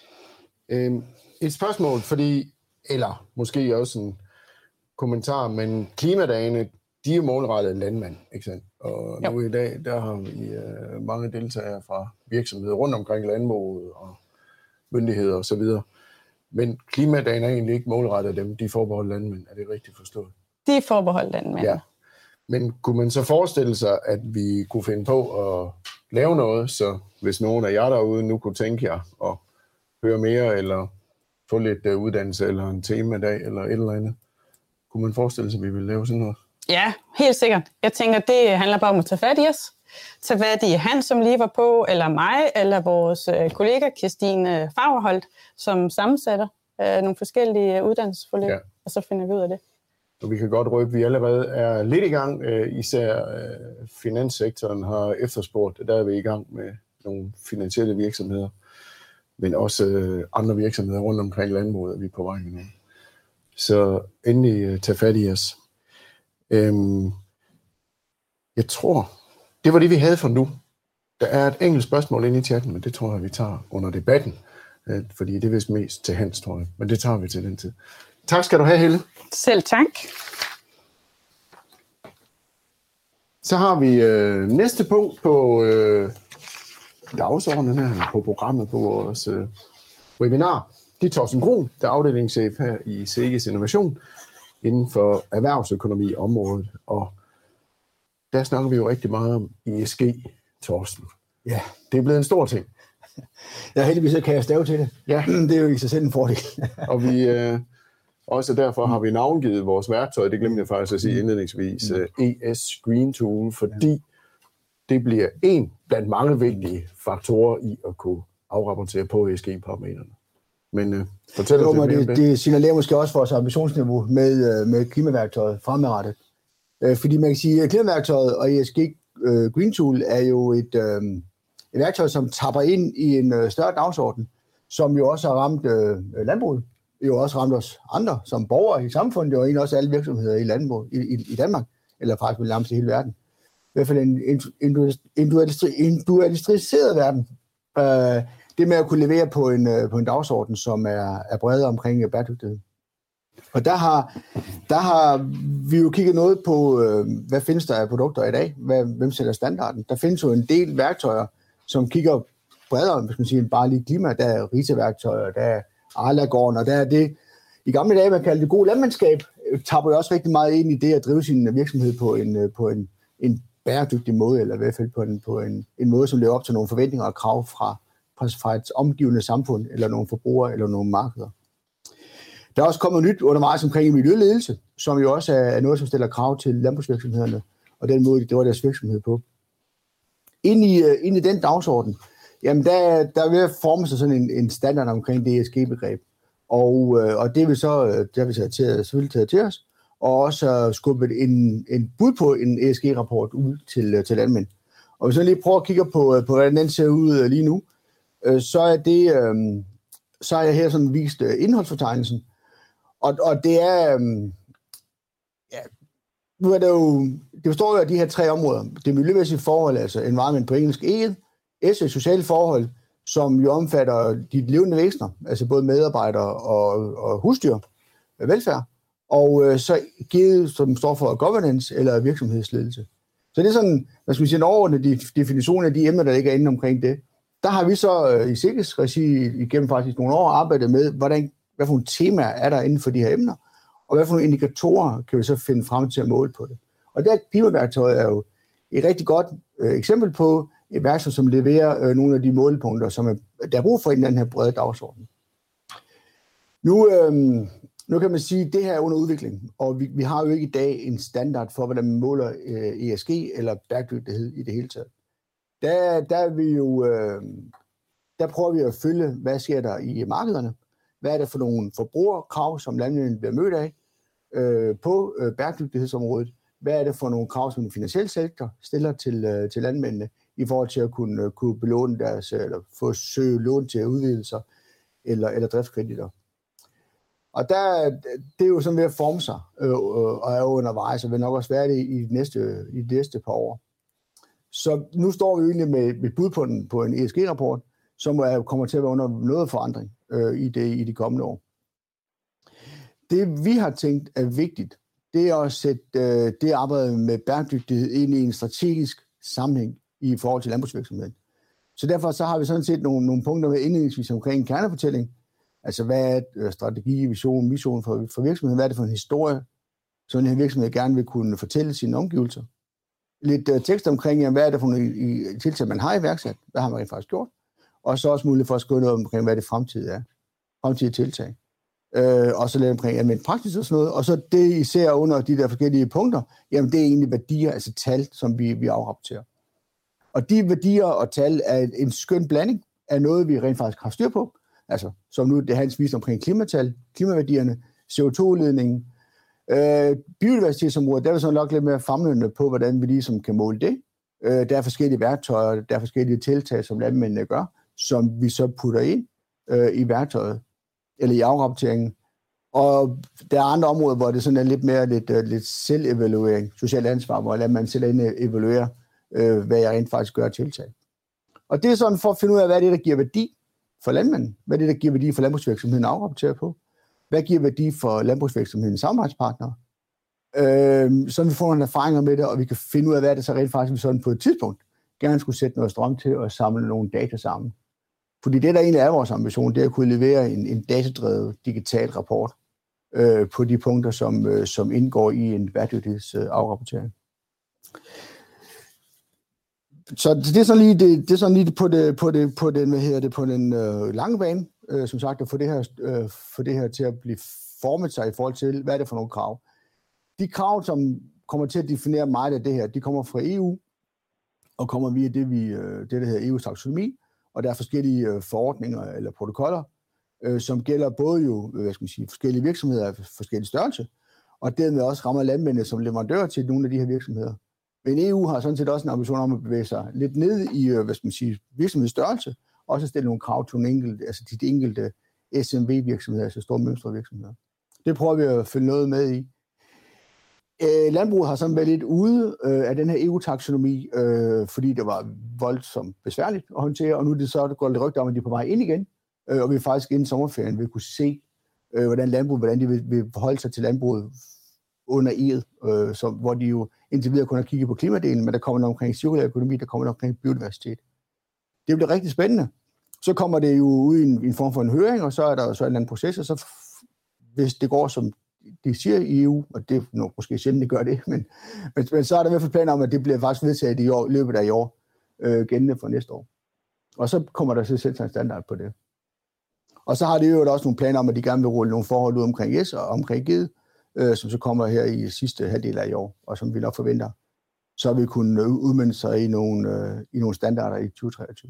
Et spørgsmål, eller måske også en kommentar, men klimadagene, de er målrettet landmand, ikke sandt? Og nu i dag, der har vi mange deltagere fra virksomheder rundt omkring landbruget og myndigheder osv. Men klimadagen er egentlig ikke målrettet dem, de er forbeholdt landmænd. Er det rigtigt forstået? De er forbeholdt landmænd. Ja. Men kunne man så forestille sig, at vi kunne finde på at lave noget, så hvis nogen af jer derude nu kunne tænke jer at høre mere, eller få lidt uddannelse, eller en temadag, eller et eller andet, kunne man forestille sig, at vi ville lave sådan noget? Ja, helt sikkert. Jeg tænker, det handler bare om at tage fat i os. Tage fat i Hans, som lige var på, eller mig, eller vores kollega Kirstine Fagerholt, som sammensætter nogle forskellige uddannelsesforløb, og så finder vi ud af det. Og vi kan godt røbe, at vi allerede er lidt i gang. Især finanssektoren har efterspurgt. Der er vi i gang med nogle finansielle virksomheder, men også andre virksomheder rundt omkring landbruget, er vi på vej med nu. Så endelig tag fat i os. Jeg tror, det var det, vi havde for nu. Der er et enkelt spørgsmål inde i chatten, men det tror jeg, vi tager under debatten. Fordi det er vist mest til Hans, tror jeg. Men det tager vi til den tid. Tak skal du have, Helle. Selv tak. Så har vi næste punkt på dagsordenen her, på programmet på vores webinar. Det er Thorsten Grun, der er afdelingschef her i SEGES Innovation inden for erhvervsøkonomiområdet. Og der snakker vi jo rigtig meget om ESG, Thorsten. Ja. Det er blevet en stor ting. Ja, heldigvis kan jeg stave til det. Ja. Det er jo i sig selv en fordel. Og vi også derfor har vi navngivet vores værktøj, det glemte jeg faktisk at sige indledningsvis, ES Green Tool, fordi det bliver en blandt mange vigtige faktorer i at kunne afrapportere på ESG-parametrene. Men fortæl os lidt mere om det. Det signalerer måske også vores ambitionsniveau med klimaværktøjet fremadrettet. Fordi man kan sige, at klimaværktøjet og ESG Green Tool er jo et værktøj, som tapper ind i en større dagsorden, som jo også har ramt landbruget, jo også ramt os andre som borgere i samfundet, og egentlig også alle virksomheder i landbrug i Danmark, eller faktisk nærmest i hele verden. I hvert fald en dualiseret verden. Det med at kunne levere på en dagsorden, som er bredere omkring bæredygtighed. Og der har vi jo kigget noget på, hvad findes der af produkter i dag? Hvem sætter standarden? Der findes jo en del værktøjer, som kigger bredere, hvis man siger, bare lige klima. Der er RISE-værktøjer, der er Arlagården, og der er det, i gamle dage, man kalder det god landmandskab, tapper jo også rigtig meget ind i det at drive sin virksomhed på en bæredygtig måde, eller i hvert fald på en måde, som lever op til nogle forventninger og krav fra et omgivende samfund, eller nogle forbrugere, eller nogle markeder. Der er også kommet nyt undervejs omkring miljøledelse, som jo også er noget, som stiller krav til landbrugsvirksomhederne, og den måde, de driver deres virksomhed på. Ind i den dagsorden, jamen der vil forme sig sådan en standard omkring det ESG-begreb. Og det vil så, det har vi selvfølgelig taget til os, og også skubbet en bud på en ESG-rapport ud til landmænd. Og hvis jeg lige prøver at kigge på hvordan den ser ud lige nu, så er jeg her sådan vist indholdsfortegnelsen. Og det er, nu er det jo, det består jo af de her 3 områder. Det miljømæssige forhold, altså environment på engelsk, S, sociale forhold, som jo omfatter de levende væsener, altså både medarbejdere og husdyr, velfærd, og så G, som står for governance eller virksomhedsledelse. Så det er sådan, hvad skal vi sige, en overordnet definition af de emner, der ligger inde omkring det. Der har vi så i SIGGES regi igennem faktisk nogle år arbejdet med, hvad for nogle temaer er der inden for de her emner, og hvad for nogle indikatorer kan vi så finde frem til at måle på det. Og der klimaværktøjet er jo et rigtig godt eksempel på et værktøj, som leverer nogle af de målepunkter, som der er brug for i den her brede dagsorden. Nu kan man sige, at det her er under udvikling, og vi har jo ikke i dag en standard for, hvordan man måler ESG eller bæredygtighed i det hele taget. Der prøver vi at følge, hvad sker der i markederne, hvad er det for nogle forbrugerkrav, som landmændene bliver mødt af på bæredygtighedsområdet, hvad er det for nogle krav, som den finansielle sektor stiller til landmændene i forhold til at kunne belåne deres, eller få søge lån til udvidelser eller driftskreditter. Og det er jo sådan ved at forme sig, og er undervejs, og vil nok også være det i de næste par år. Så nu står vi jo egentlig med et bud på en ESG-rapport, som kommer til at være under noget forandring i de kommende år. Det vi har tænkt er vigtigt, det er at sætte det arbejde med bæredygtighed ind i en strategisk sammenhæng i forhold til landbrugsvirksomheden. Så derfor så har vi sådan set nogle punkter med indledningsvis omkring en kernefortælling. Altså hvad er strategi, vision, mission for virksomheden? Hvad er det for en historie, som den her virksomhed gerne vil kunne fortælle sine omgivelser? Lidt tekst omkring, hvad er det for nogle tiltag, man har iværksat? Hvad har man rent faktisk gjort? Og så også mulighed for at skrive noget omkring, hvad det fremtidige tiltag. Og så lidt omkring almindeligt praksis og sådan noget. Og så det især under de der forskellige punkter, jamen det er egentlig værdier, altså tal, som vi afrapporterer. Og de værdier og tal er en skøn blanding af noget, vi rent faktisk har styr på. Altså, som nu det Hans viste omkring klimatal, klimaværdierne, CO2-udledningen, biodiversitetsområdet, der er vi så nok lidt mere famlende på, hvordan vi ligesom kan måle det. Der er forskellige værktøjer, der er forskellige tiltag, som landmændene gør, som vi så putter ind i værktøjet, eller i afrapporteringen. Og der er andre områder, hvor det sådan er lidt mere lidt selvevaluering, social ansvar, hvor landmanden selv evaluerer, hvad jeg rent faktisk gør tiltag. Og det er sådan for at finde ud af, hvad det er, der giver værdi for landmanden, hvad det er, der giver værdi for landbrugsvirksomheden at afrapportere på, hvad giver værdi for landbrugsvirksomhedens samarbejdspartnere, så vi får nogle erfaringer med det, og vi kan finde ud af, hvad det så rent faktisk vi sådan på et tidspunkt gerne skulle sætte noget strøm til og samle nogle data sammen. Fordi det, der egentlig er vores ambition, det er at kunne levere en datadrevet digital rapport på de punkter, som indgår i en bæredygtighedsafrapportering. Så det er sådan lige på den lange bane, som sagt, at få det her til at blive formet sig i forhold til, hvad er det for nogle krav. De krav, som kommer til at definere meget af det her, de kommer fra EU, og kommer via det der hedder EU's taksonomi, og der er forskellige forordninger eller protokoller, som gælder både jo, forskellige virksomheder af forskellige størrelse, og dermed også rammer landmændene som leverandører til nogle af de her virksomheder. Men EU har sådan set også en ambition om at bevæge sig lidt ned i, virksomhedsstørrelse, og også stille nogle krav til de enkelte SMV-virksomheder, altså store mønstervirksomheder. Det prøver vi at følge noget med i. Landbruget har sådan været lidt ude af den her EU-taksonomi, fordi det var voldsomt besværligt at håndtere, og nu er det så, der går lidt rygter om, at de er på vej ind igen, og vi faktisk inden sommerferien vil kunne se, hvordan de vil forholde sig til landbruget under EU'et, hvor de jo indtil videre kun har kigget på klimadelen, men der kommer noget omkring cirkulær økonomi, der kommer noget omkring biodiversitet. Det bliver rigtig spændende. Så kommer det jo ud i en form for en høring, og så er der så en anden proces, og så hvis det går som de siger i EU, og det er måske sjældent, det gør det, men så er der i hvert fald planer om, at det bliver faktisk vedtaget i løbet af i år, gældende for næste år. Og så kommer der til at sætte sig en standard på det. Og så har de jo også nogle planer om, at de gerne vil rulle nogle forhold ud omkring S og omkring GID, som så kommer her i sidste halvdel af i år, og som vi nok forventer, så vil kunne udmønte sig i nogle standarder i 2023.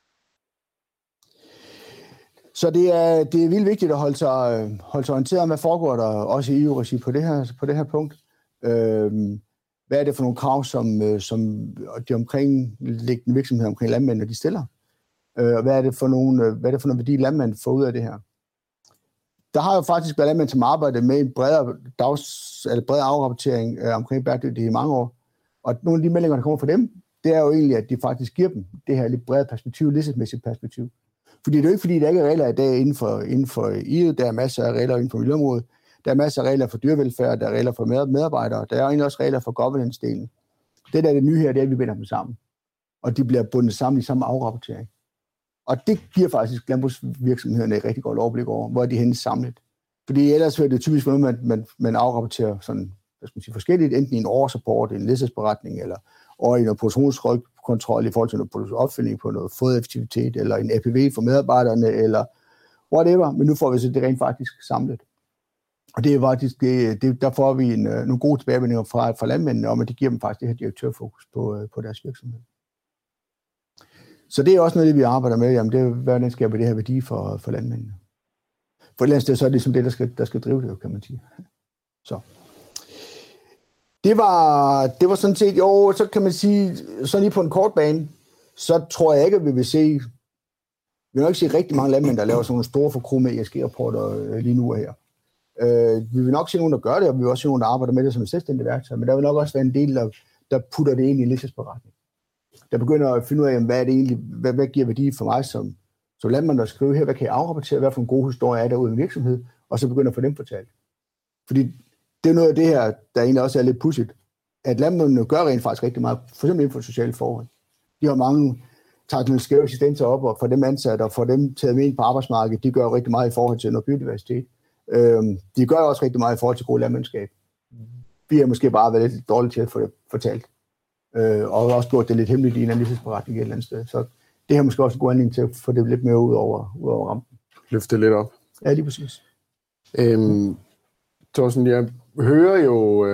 Så det er vildt vigtigt at holde sig orienteret om, hvad foregår der også i EU-regi på det her punkt. hvad er det for nogle krav, som de omkringliggende virksomheder omkring landmændene, de stiller? Og hvad er det for nogle værdi, landmænd får ud af det her? Der har jo faktisk været landmænd, som arbejder med en bredere afrapportering omkring bæredygtighed i mange år. Og nogle af de meldinger, der kommer fra dem, det er jo egentlig, at de faktisk giver dem det her lidt bredere perspektiv, ledelsesmæssigt perspektiv. Fordi det er jo ikke, fordi der ikke er regler i dag inden for EU. Der er masser af regler inden for miljøområdet. Der er masser af regler for dyrevelfærd, der er regler for medarbejdere. Der er egentlig også regler for governance-delen. Det, der er det nye her, det er, at vi binder dem sammen. Og de bliver bundet sammen i samme afrapportering. Og det giver faktisk landbrugsvirksomhederne et rigtig godt overblik over, hvor de henne samlet. Fordi ellers er det typisk noget, man afrapporterer sådan, forskelligt, enten i en årsrapport, en ledelsesberetning, eller i noget produktionskontrol i forhold til noget opfølgning på noget fodereffektivitet, eller en APV for medarbejderne, eller whatever. Men nu får vi så det rent faktisk samlet. Og det er faktisk, der får vi nogle gode tilbagevendinger fra landmændene om, at de giver dem faktisk det her direktørfokus på deres virksomhed. Så det er også noget, vi arbejder med. Jamen, det er, hvordan skaber det her værdi for landmændene. For et eller andet sted, så er det ligesom det, der skal drive det, kan man sige. Så. Det var sådan set, jo, så kan man sige, sådan lige på en kort bane, så tror jeg ikke, at vi vil se ikke se rigtig mange landmænd, der laver sådan nogle store forkromede ESG-rapporter lige nu og her. Vi vil nok se nogen, der gør det, og vi vil også se nogen, der arbejder med det som et selvstændigt værktøj, men der vil nok også være en del, der putter det ind i en ledelsesberetning. Der begynder at finde ud af, hvad er det egentlig, hvad giver værdi for mig som landmand at skrive her, hvad kan jeg afrapportere, hvad for en god historie er der ude i en virksomhed, og så begynder at få dem fortalt. Fordi det er noget af det her, der egentlig også er lidt pudsigt, at landmændene gør rent faktisk rigtig meget, for eksempel inden for sociale forhold. De har mange taget nogle skæve eksistenser op, og for dem ansat, og for dem taget med ind på arbejdsmarkedet, de gør rigtig meget i forhold til noget biodiversitet. De gør også rigtig meget i forhold til god landmandskab. Vi har måske bare været lidt dårlige til at få det fortalt. Og også gjort det lidt hemmeligt i en analysesberetning et eller andet sted. Så det har måske også en god anledning til at få det lidt mere ud over rampen. Løfte lidt op. Ja, lige præcis. Thorsten, jeg hører jo,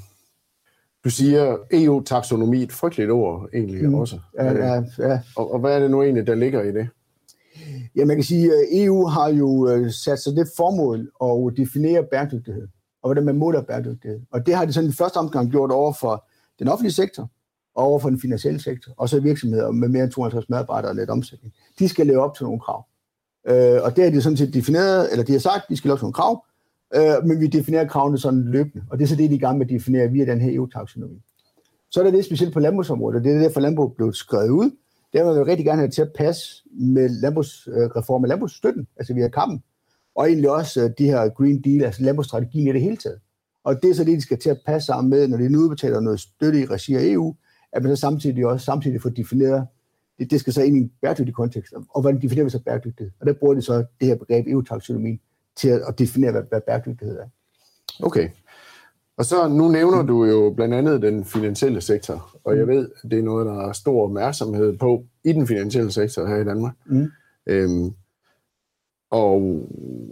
du siger EU-taksonomi, et frygteligt ord egentlig også. Ja. Og hvad er det nu egentlig, der ligger i det? Ja, man kan sige, at EU har jo sat sig det formål at definere bæredygtighed, og hvordan man måler bæredygtighed. Og det har de sådan i første omgang gjort over for den offentlige sektor, og over for den finansielle sektor, og så virksomheder med mere end 250 medarbejdere og lidt omsætning. De skal leve op til nogle krav. Og det har de sådan set defineret, eller de har sagt, de skal leve op til nogle krav, men vi definerer kravene sådan løbende, og det er så det, de er i gang med at definere via den her EU-taksonomi. Så er der det specielt på landbrugsområdet, og det er derfor landbrug blev skrevet ud. Det har man jo rigtig gerne have til at passe med landbrugsreformen, landbrugsstøtten, altså via kampen, og egentlig også de her Green Deal, altså landbrugsstrategien i det hele taget. Og det er så det, de skal til at passe sammen med, når de nu udbetaler noget støtte i regi af EU, at man så samtidig får defineret, det skal så ind i en bæredygtig kontekst, og hvordan definerer vi så bæredygtighed? Og der bruger de så det her begreb EU-taksonomi til at definere, hvad bæredygtighed er. Okay. Og så nu nævner du jo blandt andet den finansielle sektor, og jeg ved, at det er noget, der er stor opmærksomhed på i den finansielle sektor her i Danmark. Og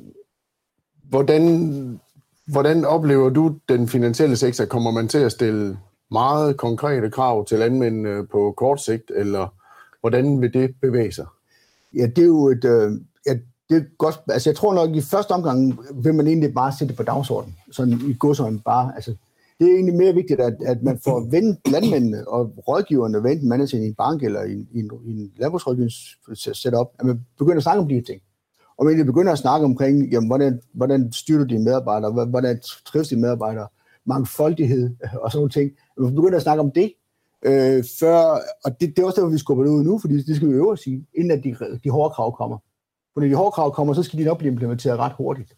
hvordan oplever du den finansielle sektor? Kommer man til at stille meget konkrete krav til landmændene på kort sigt, eller hvordan vil det bevæge sig? Ja, det er jo det er godt. Altså, jeg tror nok, i første omgang vil man egentlig bare sætte det på dagsordenen. Sådan i godsøjne bare. Altså, det er egentlig mere vigtigt, at man får vendt landmændene og rådgiverne, vendt man i en bank eller i en landbrugsrådgivningssetup, at man begynder at snakke om de her ting. Og man begynder at snakke omkring, jamen, hvordan styrer du dine medarbejdere, hvordan trives dine medarbejdere, mangfoldighed og sådan nogle ting. Man begynder at snakke om det, og det er også derfor, vi skubber det ud nu, fordi det skal vi øve os i, inden at de hårde krav kommer. For når de hårde krav kommer, så skal de nok blive implementeret ret hurtigt.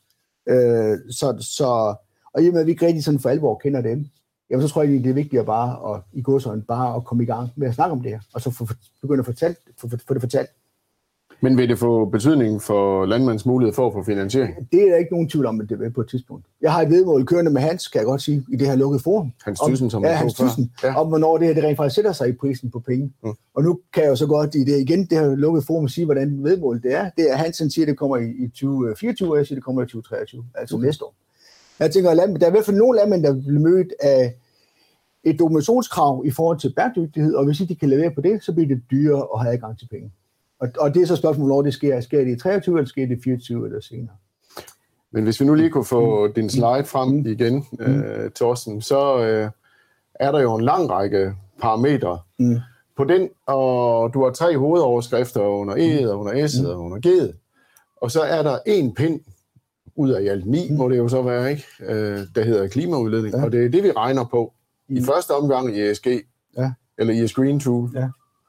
Og i og med, at vi ikke rigtig sådan for alvor kender dem, jamen, så tror jeg, det er vigtigt at komme i gang med at snakke om det her, og så begynde at få det fortalt. Men vil det få betydning for landmandens mulighed for at få finansiering? Det er der ikke nogen tvivl om, at det vil på et tidspunkt. Jeg har et vedmål kørende med Hans, kan jeg godt sige, i det her lukkede forum. Hans Thyssen, som Hans Thyssen, om hvornår det her det rent faktisk sætter sig i prisen på penge. Og nu kan jeg jo så godt i det her lukkede forum sige, hvordan vedmålet det er. Det er Hans, han siger, det kommer i 2024, og jeg siger, det kommer i 2023, altså næste år. Jeg tænker, der er i hvert fald nogle landmænd, der bliver mødt af et dokumentationskrav i forhold til bæredygtighed, og hvis ikke de kan levere på det, så bliver det dyrere at have adgang til penge. Og det er så spørgsmålet, hvornår det sker. Sker det i 23, eller sker det i 24 eller senere? Men hvis vi nu lige kunne få din slide frem igen, Thorsten, så er der jo en lang række parametre på den, og du har 3 hovedoverskrifter under E'et, under S'et og under G'et. Og så er der en pind ud af i alt 9, må det jo så være, ikke? Der hedder klimaudledning, og det er det, vi regner på i første omgang i ESG, eller ES Green Tool. Ja.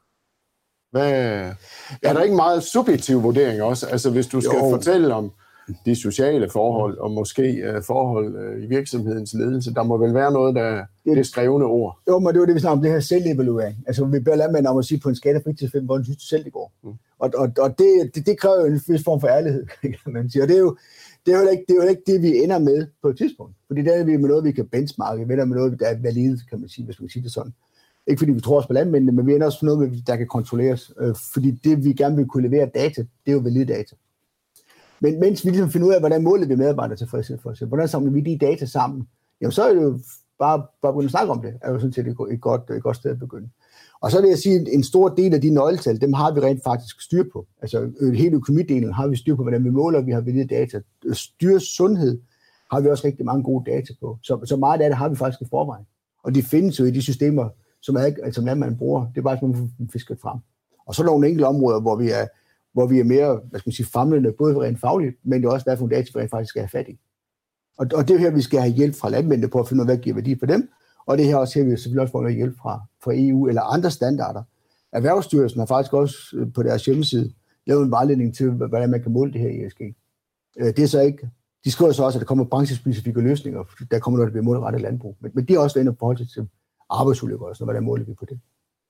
Er der ikke meget subjektiv vurdering også? Altså hvis du skal fortælle om de sociale forhold, og måske forhold i virksomhedens ledelse, der må vel være noget, der det er skrevne ord. Jo, men det var det, vi snakker om, det her selvevaluering. Altså vi bør lade med om at sige på en skala fra 1 til 5, hvordan synes du selv det går. Og det kræver jo en vis form for ærlighed, kan man sige. Og det er jo ikke det, vi ender med på et tidspunkt. Fordi det er vi med noget, vi kan benchmarke, med noget, der er validt, kan man sige, hvis man kan sige det sådan. Ikke fordi vi tror også på landmændene, men vi ender også med noget, der kan kontrolleres. Fordi det, vi gerne vil kunne levere data, det er jo valide data. Men mens vi ligesom finder ud af, hvordan måler vi medarbejdertilfredshed for eksempel, hvordan samler vi de data sammen, jamen så er det jo bare begynde at snakke om det, er jo sådan set et godt sted at begynde. Og så vil jeg sige, at en stor del af de nøgletal, dem har vi rent faktisk styr på. Altså hele økonomidelen har vi styr på, hvordan vi måler, vi har valide data. Styre sundhed har vi også rigtig mange gode data på. Så meget af det har vi faktisk i forvejen. Og de findes jo i de systemer, som landmanden bruger. Det er bare, som man fisker frem. Og så er der nogle enkelte områder, hvor vi er mere, famlende, både rent fagligt, men det er også, hvad for nogle data vi rent faktisk skal have fat i. Og det er her, vi skal have hjælp fra landmændene på at finde ud af, hvad giver værdi for dem. Og det her også her, vi selvfølgelig også får noget hjælp fra EU eller andre standarder. Erhvervsstyrelsen har faktisk også på deres hjemmeside lavet en vejledning til, hvordan man kan måle det her i ESG. Det er så ikke, de skriver så også, at der kommer branchespecifikke løsninger, der kommer noget, der bliver målrettet landbrug. Men de er også været inde på forhold til arbejdsulykker og sådan, hvordan måler vi på det.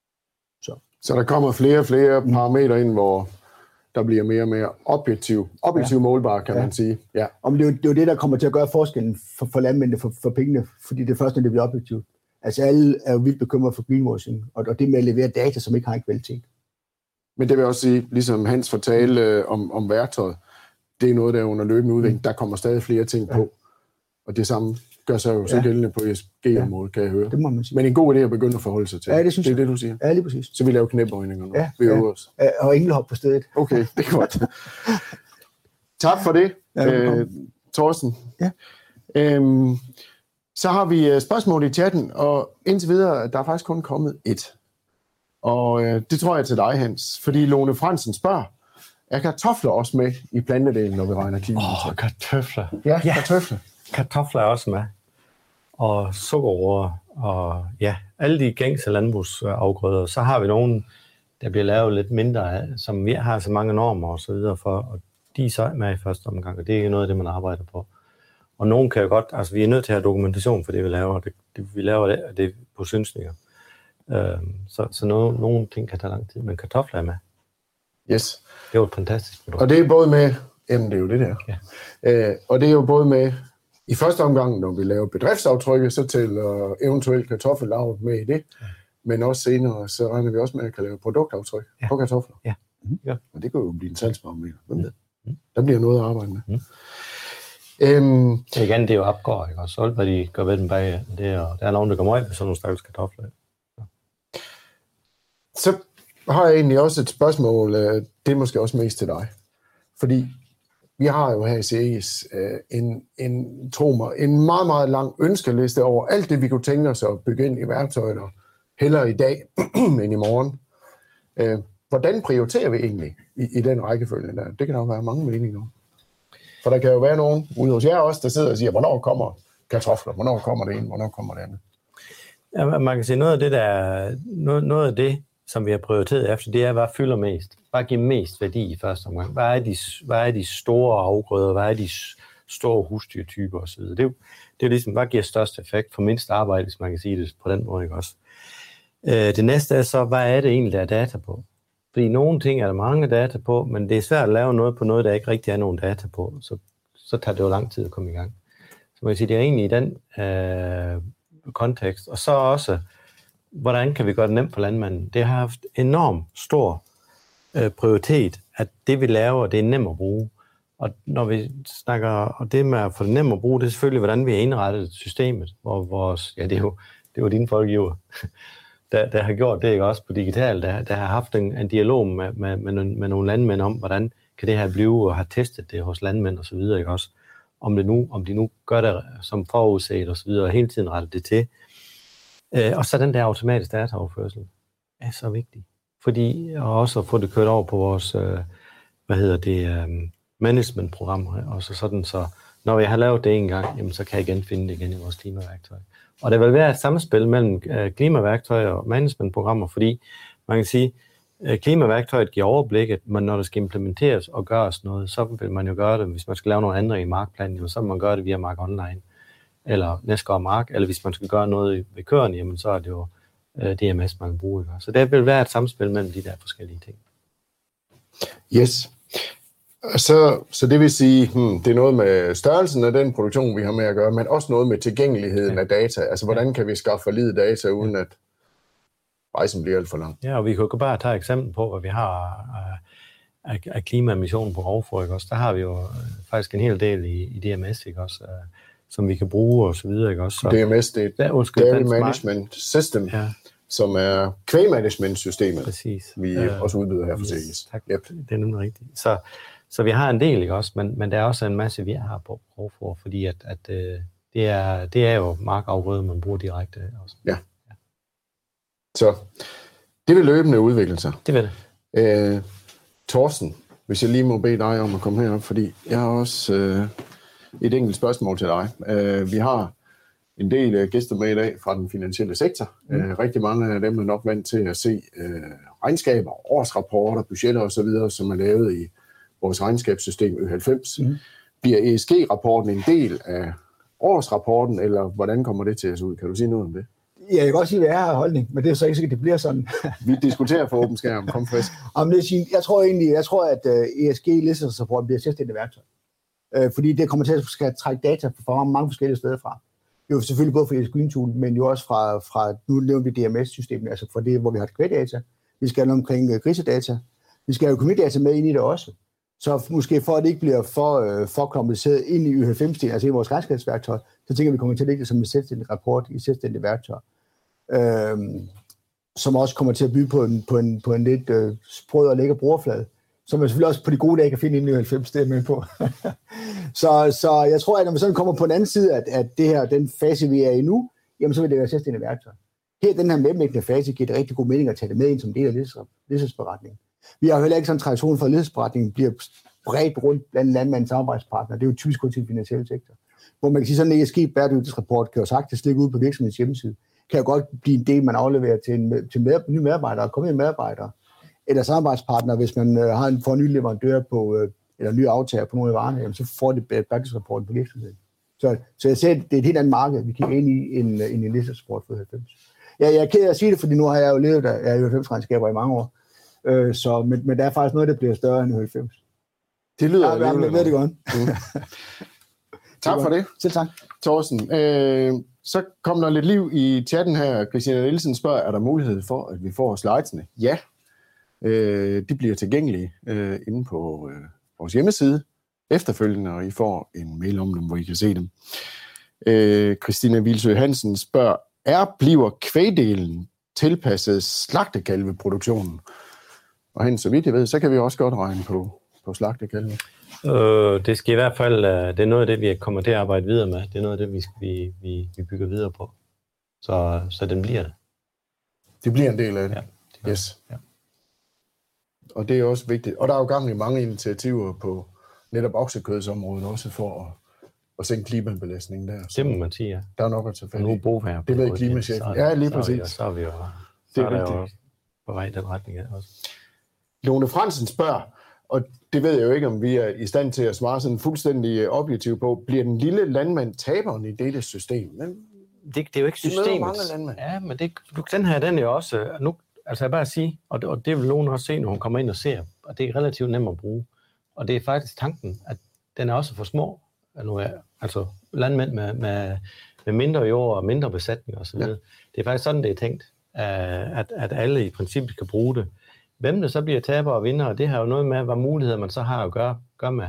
Så der kommer flere og flere parametre ind, hvor der bliver mere og mere objektiv målbar, kan man sige. Ja. Og det er jo det, der kommer til at gøre forskellen for landmændene, for pengene, fordi det første, det bliver objektivt. Altså alle er jo vildt bekymret for greenwashing, og det med at levere data, som ikke har en kvalitet. Men det vil også sige, ligesom Hans fortalte om værktøjet, det er noget, der er under løbende udvikling. Der kommer stadig flere ting på. Og det samme gør sig jo så gældende på ESG-området, kan jeg høre. Det må man sige. Men en god idé at begynde at forholde sig til. Ja, det synes jeg. Det er det, du siger? Ja, lige præcis. Så vi laver knæbøjninger nu. Vi øver os. Og englehop på stedet. Okay, det er godt. Tak for det, Thorsten. Ja. Så har vi spørgsmål i chatten, og indtil videre, der er faktisk kun kommet et. Og det tror jeg til dig, Hans. Fordi Lone Fransen spørger, er kartofler også med i plantedelen, når vi regner klimaet? Kartofler. Ja, kartofler. Kartofler er også med. Og sukkerroer, og alle de gængse landbrugsafgrøder. Så har vi nogen, der bliver lavet lidt mindre af, som vi har så mange normer og så videre for, og de er så med i første omgang, og det er noget af det, man arbejder på. Og nogen kan jo godt, altså vi er nødt til at have dokumentation for det, vi laver, vi laver det på synsninger. Så nogle ting kan tage lang tid, men kartofler er med. Yes. Det er jo et fantastisk produkt. Og det er både med, jamen det er jo det der. Ja. Og det er jo både med, i første omgang, når vi laver bedriftsaftrykke, så tæller eventuelt kartoffellavet med i det. Ja. Men også senere, så regner vi også med, at kan lave produktaftryk på kartofler. Ja. Ja. Og det kan jo blive en salgsbarometer. Hvem ved? Der bliver noget at arbejde med. Igen, det er jo opgår, ikke? Og så hvad de gør ved den bag, det er, der er nogen, der går meget med sådan nogle stakkels kartofler. Ja. Så har jeg egentlig også et spørgsmål, det er måske også mest til dig. Fordi vi har jo her i CES en meget, meget lang ønskeliste over alt det, vi kunne tænke os at bygge ind i værktøjet, og hellere i dag end i morgen. Hvordan prioriterer vi egentlig i den rækkefølge der? Det kan der jo være mange meninger om. For der kan jo være nogen ude hos jer også, der sidder og siger, hvornår kommer kartofler, hvornår kommer det ene, hvornår kommer det andet? Ja, man kan sige, noget af det, som vi har prioriteret efter, det er, hvad fylder mest. Hvad giver mest værdi i første omgang? Hvad er de store afgrøder? Hvad er de store husdyrtyper osv.? Det er jo ligesom, hvad giver størst effekt for mindst arbejde, hvis man kan sige det på den måde, ikke også? Det næste er så, hvad er det egentlig, der er data på? Fordi nogle ting er der mange data på, men det er svært at lave noget på noget, der ikke rigtig er nogen data på. Så tager det jo lang tid at komme i gang. Så man kan sige, det er egentlig i den kontekst. Og så også, hvordan kan vi gøre det nemt for landmanden? Det har haft enormt stor prioritet, at det vi laver, det er nemt at bruge. Og når vi snakker om det med at få det nemt at bruge, det er selvfølgelig, hvordan vi har indrettet systemet, hvor vores, det er jo dine folkegiver, der har gjort det, ikke også på digital, der har haft en dialog med nogle landmænd om, hvordan kan det her blive, og har testet det hos landmænd og så videre, ikke også? Om de nu gør det som forudset og så videre, og hele tiden retter det til. Og så den der automatiske dataoverførsel er så vigtig. Fordi, og også at få det kørt over på vores, managementprogrammer, og så sådan, så når jeg har lavet det en gang, jamen, så kan jeg igen finde det igen i vores klimaværktøj. Og der vil være et samspil mellem klimaværktøj og managementprogrammer, fordi man kan sige, klimaværktøjet giver overblikket, men når det skal implementeres og gøres noget, så vil man jo gøre det, hvis man skal lave nogle ændringer i markplanen, så vil man gøre det via Mark Online, eller Næsgaard Mark, eller hvis man skal gøre noget ved køerne, jamen så er det jo DMS, man kan bruge. Så der vil være et samspil mellem de der forskellige ting. Yes. Så det vil sige, det er noget med størrelsen af den produktion, vi har med at gøre, men også noget med tilgængeligheden af data. Altså, hvordan kan vi skaffe valide data, uden at rejsen bliver alt for lang? Ja, og vi kan jo bare tage et eksempel på, hvad vi har af klimaemissionen på Rovfrø, ikke også? Der har vi jo faktisk en hel del i DMS, ikke også? Som vi kan bruge og så videre, ikke også? Så, DMS, det er Dairy Management System, som er kvægmanagement-systemet, vi også udbyder her for Ceres. Tak, yep. Det er nemlig rigtigt. Så vi har en del, ikke også? Men der er også en masse, vi har på Rovfrø, fordi at det er jo markafgrøde, man bruger direkte også. Ja. Så det vil løbende udvikle sig. Det vil det. Thorsten, hvis jeg lige må bede dig om at komme herop, fordi jeg har også et enkelt spørgsmål til dig. Vi har en del gæster med i dag fra den finansielle sektor. Rigtig mange af dem er nok vant til at se regnskaber, årsrapporter, budgetter osv., som er lavet i vores regnskabssystem Ø90. Bliver ESG-rapporten en del af årsrapporten, eller hvordan kommer det til at se ud? Kan du sige noget om det? Ja, jeg kan godt sige, hvad jeg har holdning, men det er så ikke sikkert, det bliver sådan. Vi diskuterer for åben skærm. Kom frisk. Jeg tror, at ESG-ledelsesrapporten bliver selvstændigt værktøj. Fordi det kommer til at skal trække data fra mange forskellige steder fra. Jo selvfølgelig både fra ESG Green Tool, men jo også fra nu nævner vi DMS-systemet, altså fra det, hvor vi har kvægdata. Vi skal have noget omkring grisedata. Vi skal have økonomidata med ind i det også. Så måske for at det ikke bliver for kompliceret ind i Ø90, altså i vores regnskabsværktøj, så tænker vi kommer til at lægge det som en selvstændig rapport i selvstændig værktøj. Som også kommer til at bygge på en lidt sprød og lækker brugerflade, som man selvfølgelig også på de gode dage kan finde ind i Ø90, det er med på. så jeg tror, at når vi sådan kommer på en anden side, at det her, den fase, vi er i nu, jamen så vil det være selvstændig værktøj. Her den her mellemliggende fase giver det rigtig god mening at tage det med ind som del af ledelsesberetningen. Vi har heller ikke sådan en tradition for, at ledelsesberetningen bliver bredt rundt blandt landmandens samarbejdspartnere. Det er jo typisk kun til den finansielle sektor. Hvor man kan sige, sådan en ESG-bæredygtighedsrapport kan jo sagtens ligge ude på virksomhedens hjemmeside. Kan jo godt blive en del, man afleverer til nye medarbejdere, kommende medarbejdere, eller samarbejdspartnere, hvis man får en ny leverandør på, eller nye aftager på nogle af varerne, jamen, så får det bæredygtighedsrapporten på virksomheden. Så jeg ser, det er et helt andet marked, vi kigger ind i en ledelsesrapport for 90. Jeg er ked af at sige det, fordi nu har jeg jo levet af 90-regnskaber i mange år. Men der er faktisk noget, der bliver større end 90. Det lyder det godt. Tak for det. Selv tak. Thorsten, så kom der lidt liv i chatten her. Christina Nielsen spørger, er der mulighed for, at vi får slidesene? Ja, de bliver tilgængelige inde på vores hjemmeside efterfølgende, og I får en mail om dem, hvor I kan se dem. Christina Vilsø Hansen spørger, bliver kvægdelen tilpasset slagtekalveproduktionen? Og hen, så vidt jeg ved, så kan vi også godt regne på slagtekalve. Det skal i hvert fald, det er noget af det, vi kommer til at arbejde videre med. Det er noget af det, vi bygger videre på. Så den bliver det. Det bliver en del af det? Ja. Yes. Ja. Og det er også vigtigt. Og der er jo gang i mange initiativer på netop oksekødsområdet, også for at sænke klimabelastningen der. Det må man sige, ja. Der er nok at tage fat i. Nu bruger her. Det ved klimachefen. Ja, lige præcis. Så er vi jo på vej i den retning også. Lone Fransen spørger, og det ved jeg jo ikke, om vi er i stand til at svare sådan fuldstændig objektivt på, bliver den lille landmand taberen i dette system? Men det er jo ikke systemet. Ja, men den her, den er jo også, nu, altså jeg bare sige, og det vil nogen også se, når hun kommer ind og ser, og det er relativt nemt at bruge. Og det er faktisk tanken, at den er også for små. Altså landmænd med mindre jord og mindre besætning osv. Ja. Det er faktisk sådan, det er tænkt, at alle i princippet kan bruge det. Hvem der så bliver taber og vinder, det har jo noget med, hvad muligheder man så har at gøre med.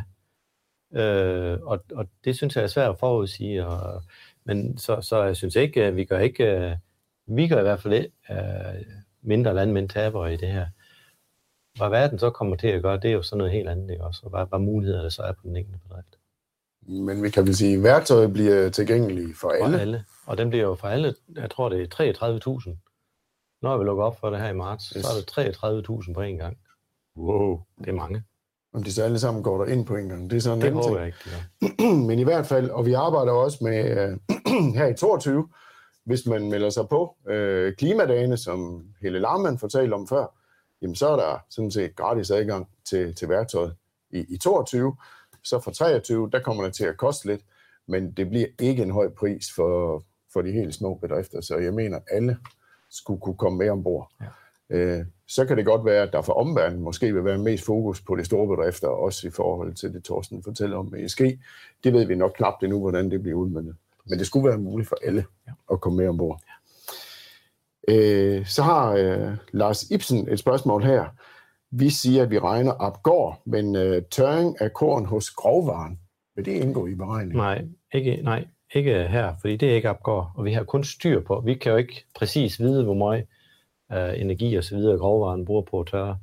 Og det synes jeg er svært at forudsige. Men så jeg synes ikke, at vi gør i hvert fald ikke mindre landmænd taber i det her. Hvad verden så kommer til at gøre, det er jo sådan noget helt andet, ikke også? Og hvad muligheder der så er på den enkelte bedrift. Men vi kan vel sige, at værktøjet bliver tilgængeligt for alle. Og den bliver jo for alle, jeg tror det er 33.000. Når vi lukker op for det her i marts, så er det 33.000 på en gang. Wow, det er mange. Om de så alle sammen går der ind på en gang. Det er sådan en anden håber jeg ikke. Ja. Men i hvert fald, og vi arbejder også med her i 22, hvis man melder sig på klimadagene, som Helle Larmann fortalte om før, jamen så er der sådan set gratis adgang til værktøjet i 22. Så for 23, der kommer det til at koste lidt, men det bliver ikke en høj pris for de helt små bedrifter, så jeg mener, alle skulle kunne komme med ombord. Ja. Så kan det godt være, at der for omverdenen måske vil være mest fokus på de store bedrifter, også i forhold til det, Torsten fortæller om med ESG. Det ved vi nok knap endnu, hvordan det bliver udmøntet. Men det skulle være muligt for alle at komme med ombord. Så har Lars Ibsen et spørgsmål her. Vi siger, at vi regner Apgård, men tørring af korn hos grovvaren, vil det indgå i beregningen? Nej, ikke her, fordi det er ikke Apgård, og vi har kun styr på. Vi kan jo ikke præcis vide, hvor meget energi og så videre grovvaren bruger på at tørre.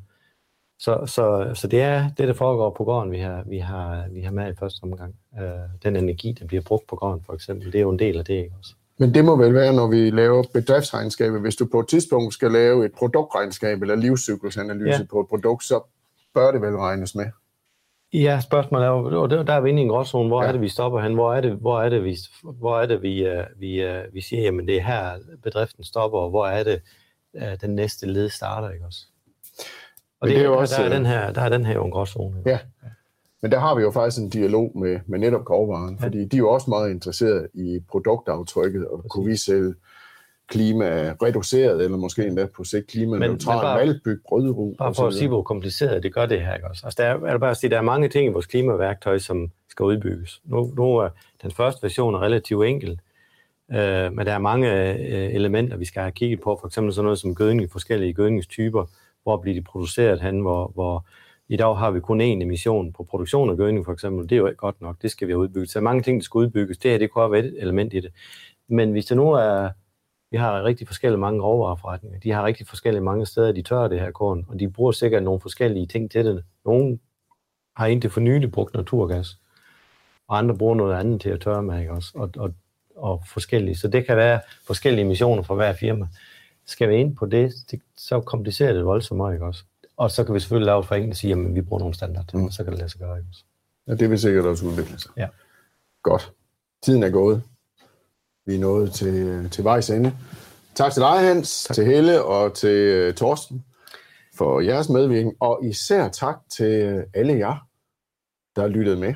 Så det er det, der foregår på gården, vi har med i første omgang. Den energi, der bliver brugt på gården, for eksempel, det er jo en del af det, ikke også? Men det må vel være, når vi laver bedriftsregnskaber. Hvis du på et tidspunkt skal lave et produktregnskab eller livscyklusanalyse på et produkt, så bør det vel regnes med. Ja, spørgsmålet er jo, der er vi inde i en gråzone. Hvor er det, vi stopper hen? Hvor er det, vi siger, jamen det er her, bedriften stopper, og hvor er det, den næste led starter, ikke også? Og det er jo også, der er den her jo en gråzone. Ja, men der har vi jo faktisk en dialog med netop grovvaren, fordi de er jo også meget interesserede i produktaftrykket, og kunne vi sælge klima reduceret, eller måske endda på sigt klimaneutral maltbyg, brødru. Bare for at sige, hvor kompliceret det gør det her, ikke også? Altså, der er mange ting i vores klimaværktøj, som skal udbygges. Nu er den første version relativt enkel, men der er mange elementer, vi skal have kigget på, for eksempel sådan noget som gødning, forskellige gødningstyper, hvor bliver de produceret hen, hvor i dag har vi kun én emission på produktion af gødning, for eksempel. Det er jo ikke godt nok, det skal vi have udbygget. Så mange ting, der skal udbygges, det kunne være et element i det. Men hvis det nu er, vi har rigtig forskellige mange råvareforretninger, de har rigtig forskellige mange steder, de tørrer det her korn, og de bruger sikkert nogle forskellige ting til det. Nogle har indtil for nylig brugt naturgas, og andre bruger noget andet til at tørre med, ikke også? Og forskellige. Så det kan være forskellige emissioner for hver firma. Skal vi ind på det, så komplicerer det voldsomt meget, ikke også? Og så kan vi selvfølgelig lave for enkelt og sige, at vi bruger nogle standard, så kan det lade sig gøre, ikke også? Ja, det vil sikkert også udvikle sig. Ja. Godt. Tiden er gået. Vi er nået til vejs ende. Tak til dig, Hans, til Helle og til Torsten for jeres medvirkning, og især tak til alle jer, der har lyttet med.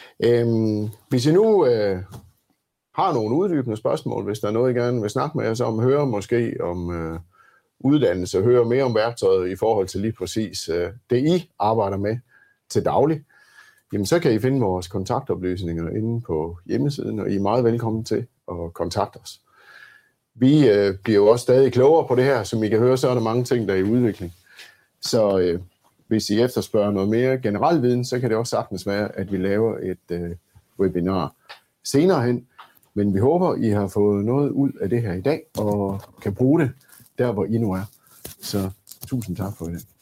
Hvis I nu har nogle uddybende spørgsmål, hvis der er noget, I gerne vil snakke med os om, høre måske om uddannelse, høre mere om værktøjet i forhold til lige præcis det, I arbejder med til daglig, jamen så kan I finde vores kontaktoplysninger inde på hjemmesiden, og I er meget velkommen til at kontakte os. Vi bliver jo også stadig klogere på det her, som I kan høre, så er der mange ting, der er i udvikling. Så hvis I efterspørger noget mere generel viden, så kan det også sagtens være, at vi laver et webinar senere hen. Men vi håber, I har fået noget ud af det her i dag, og kan bruge det der, hvor I nu er. Så tusind tak for det.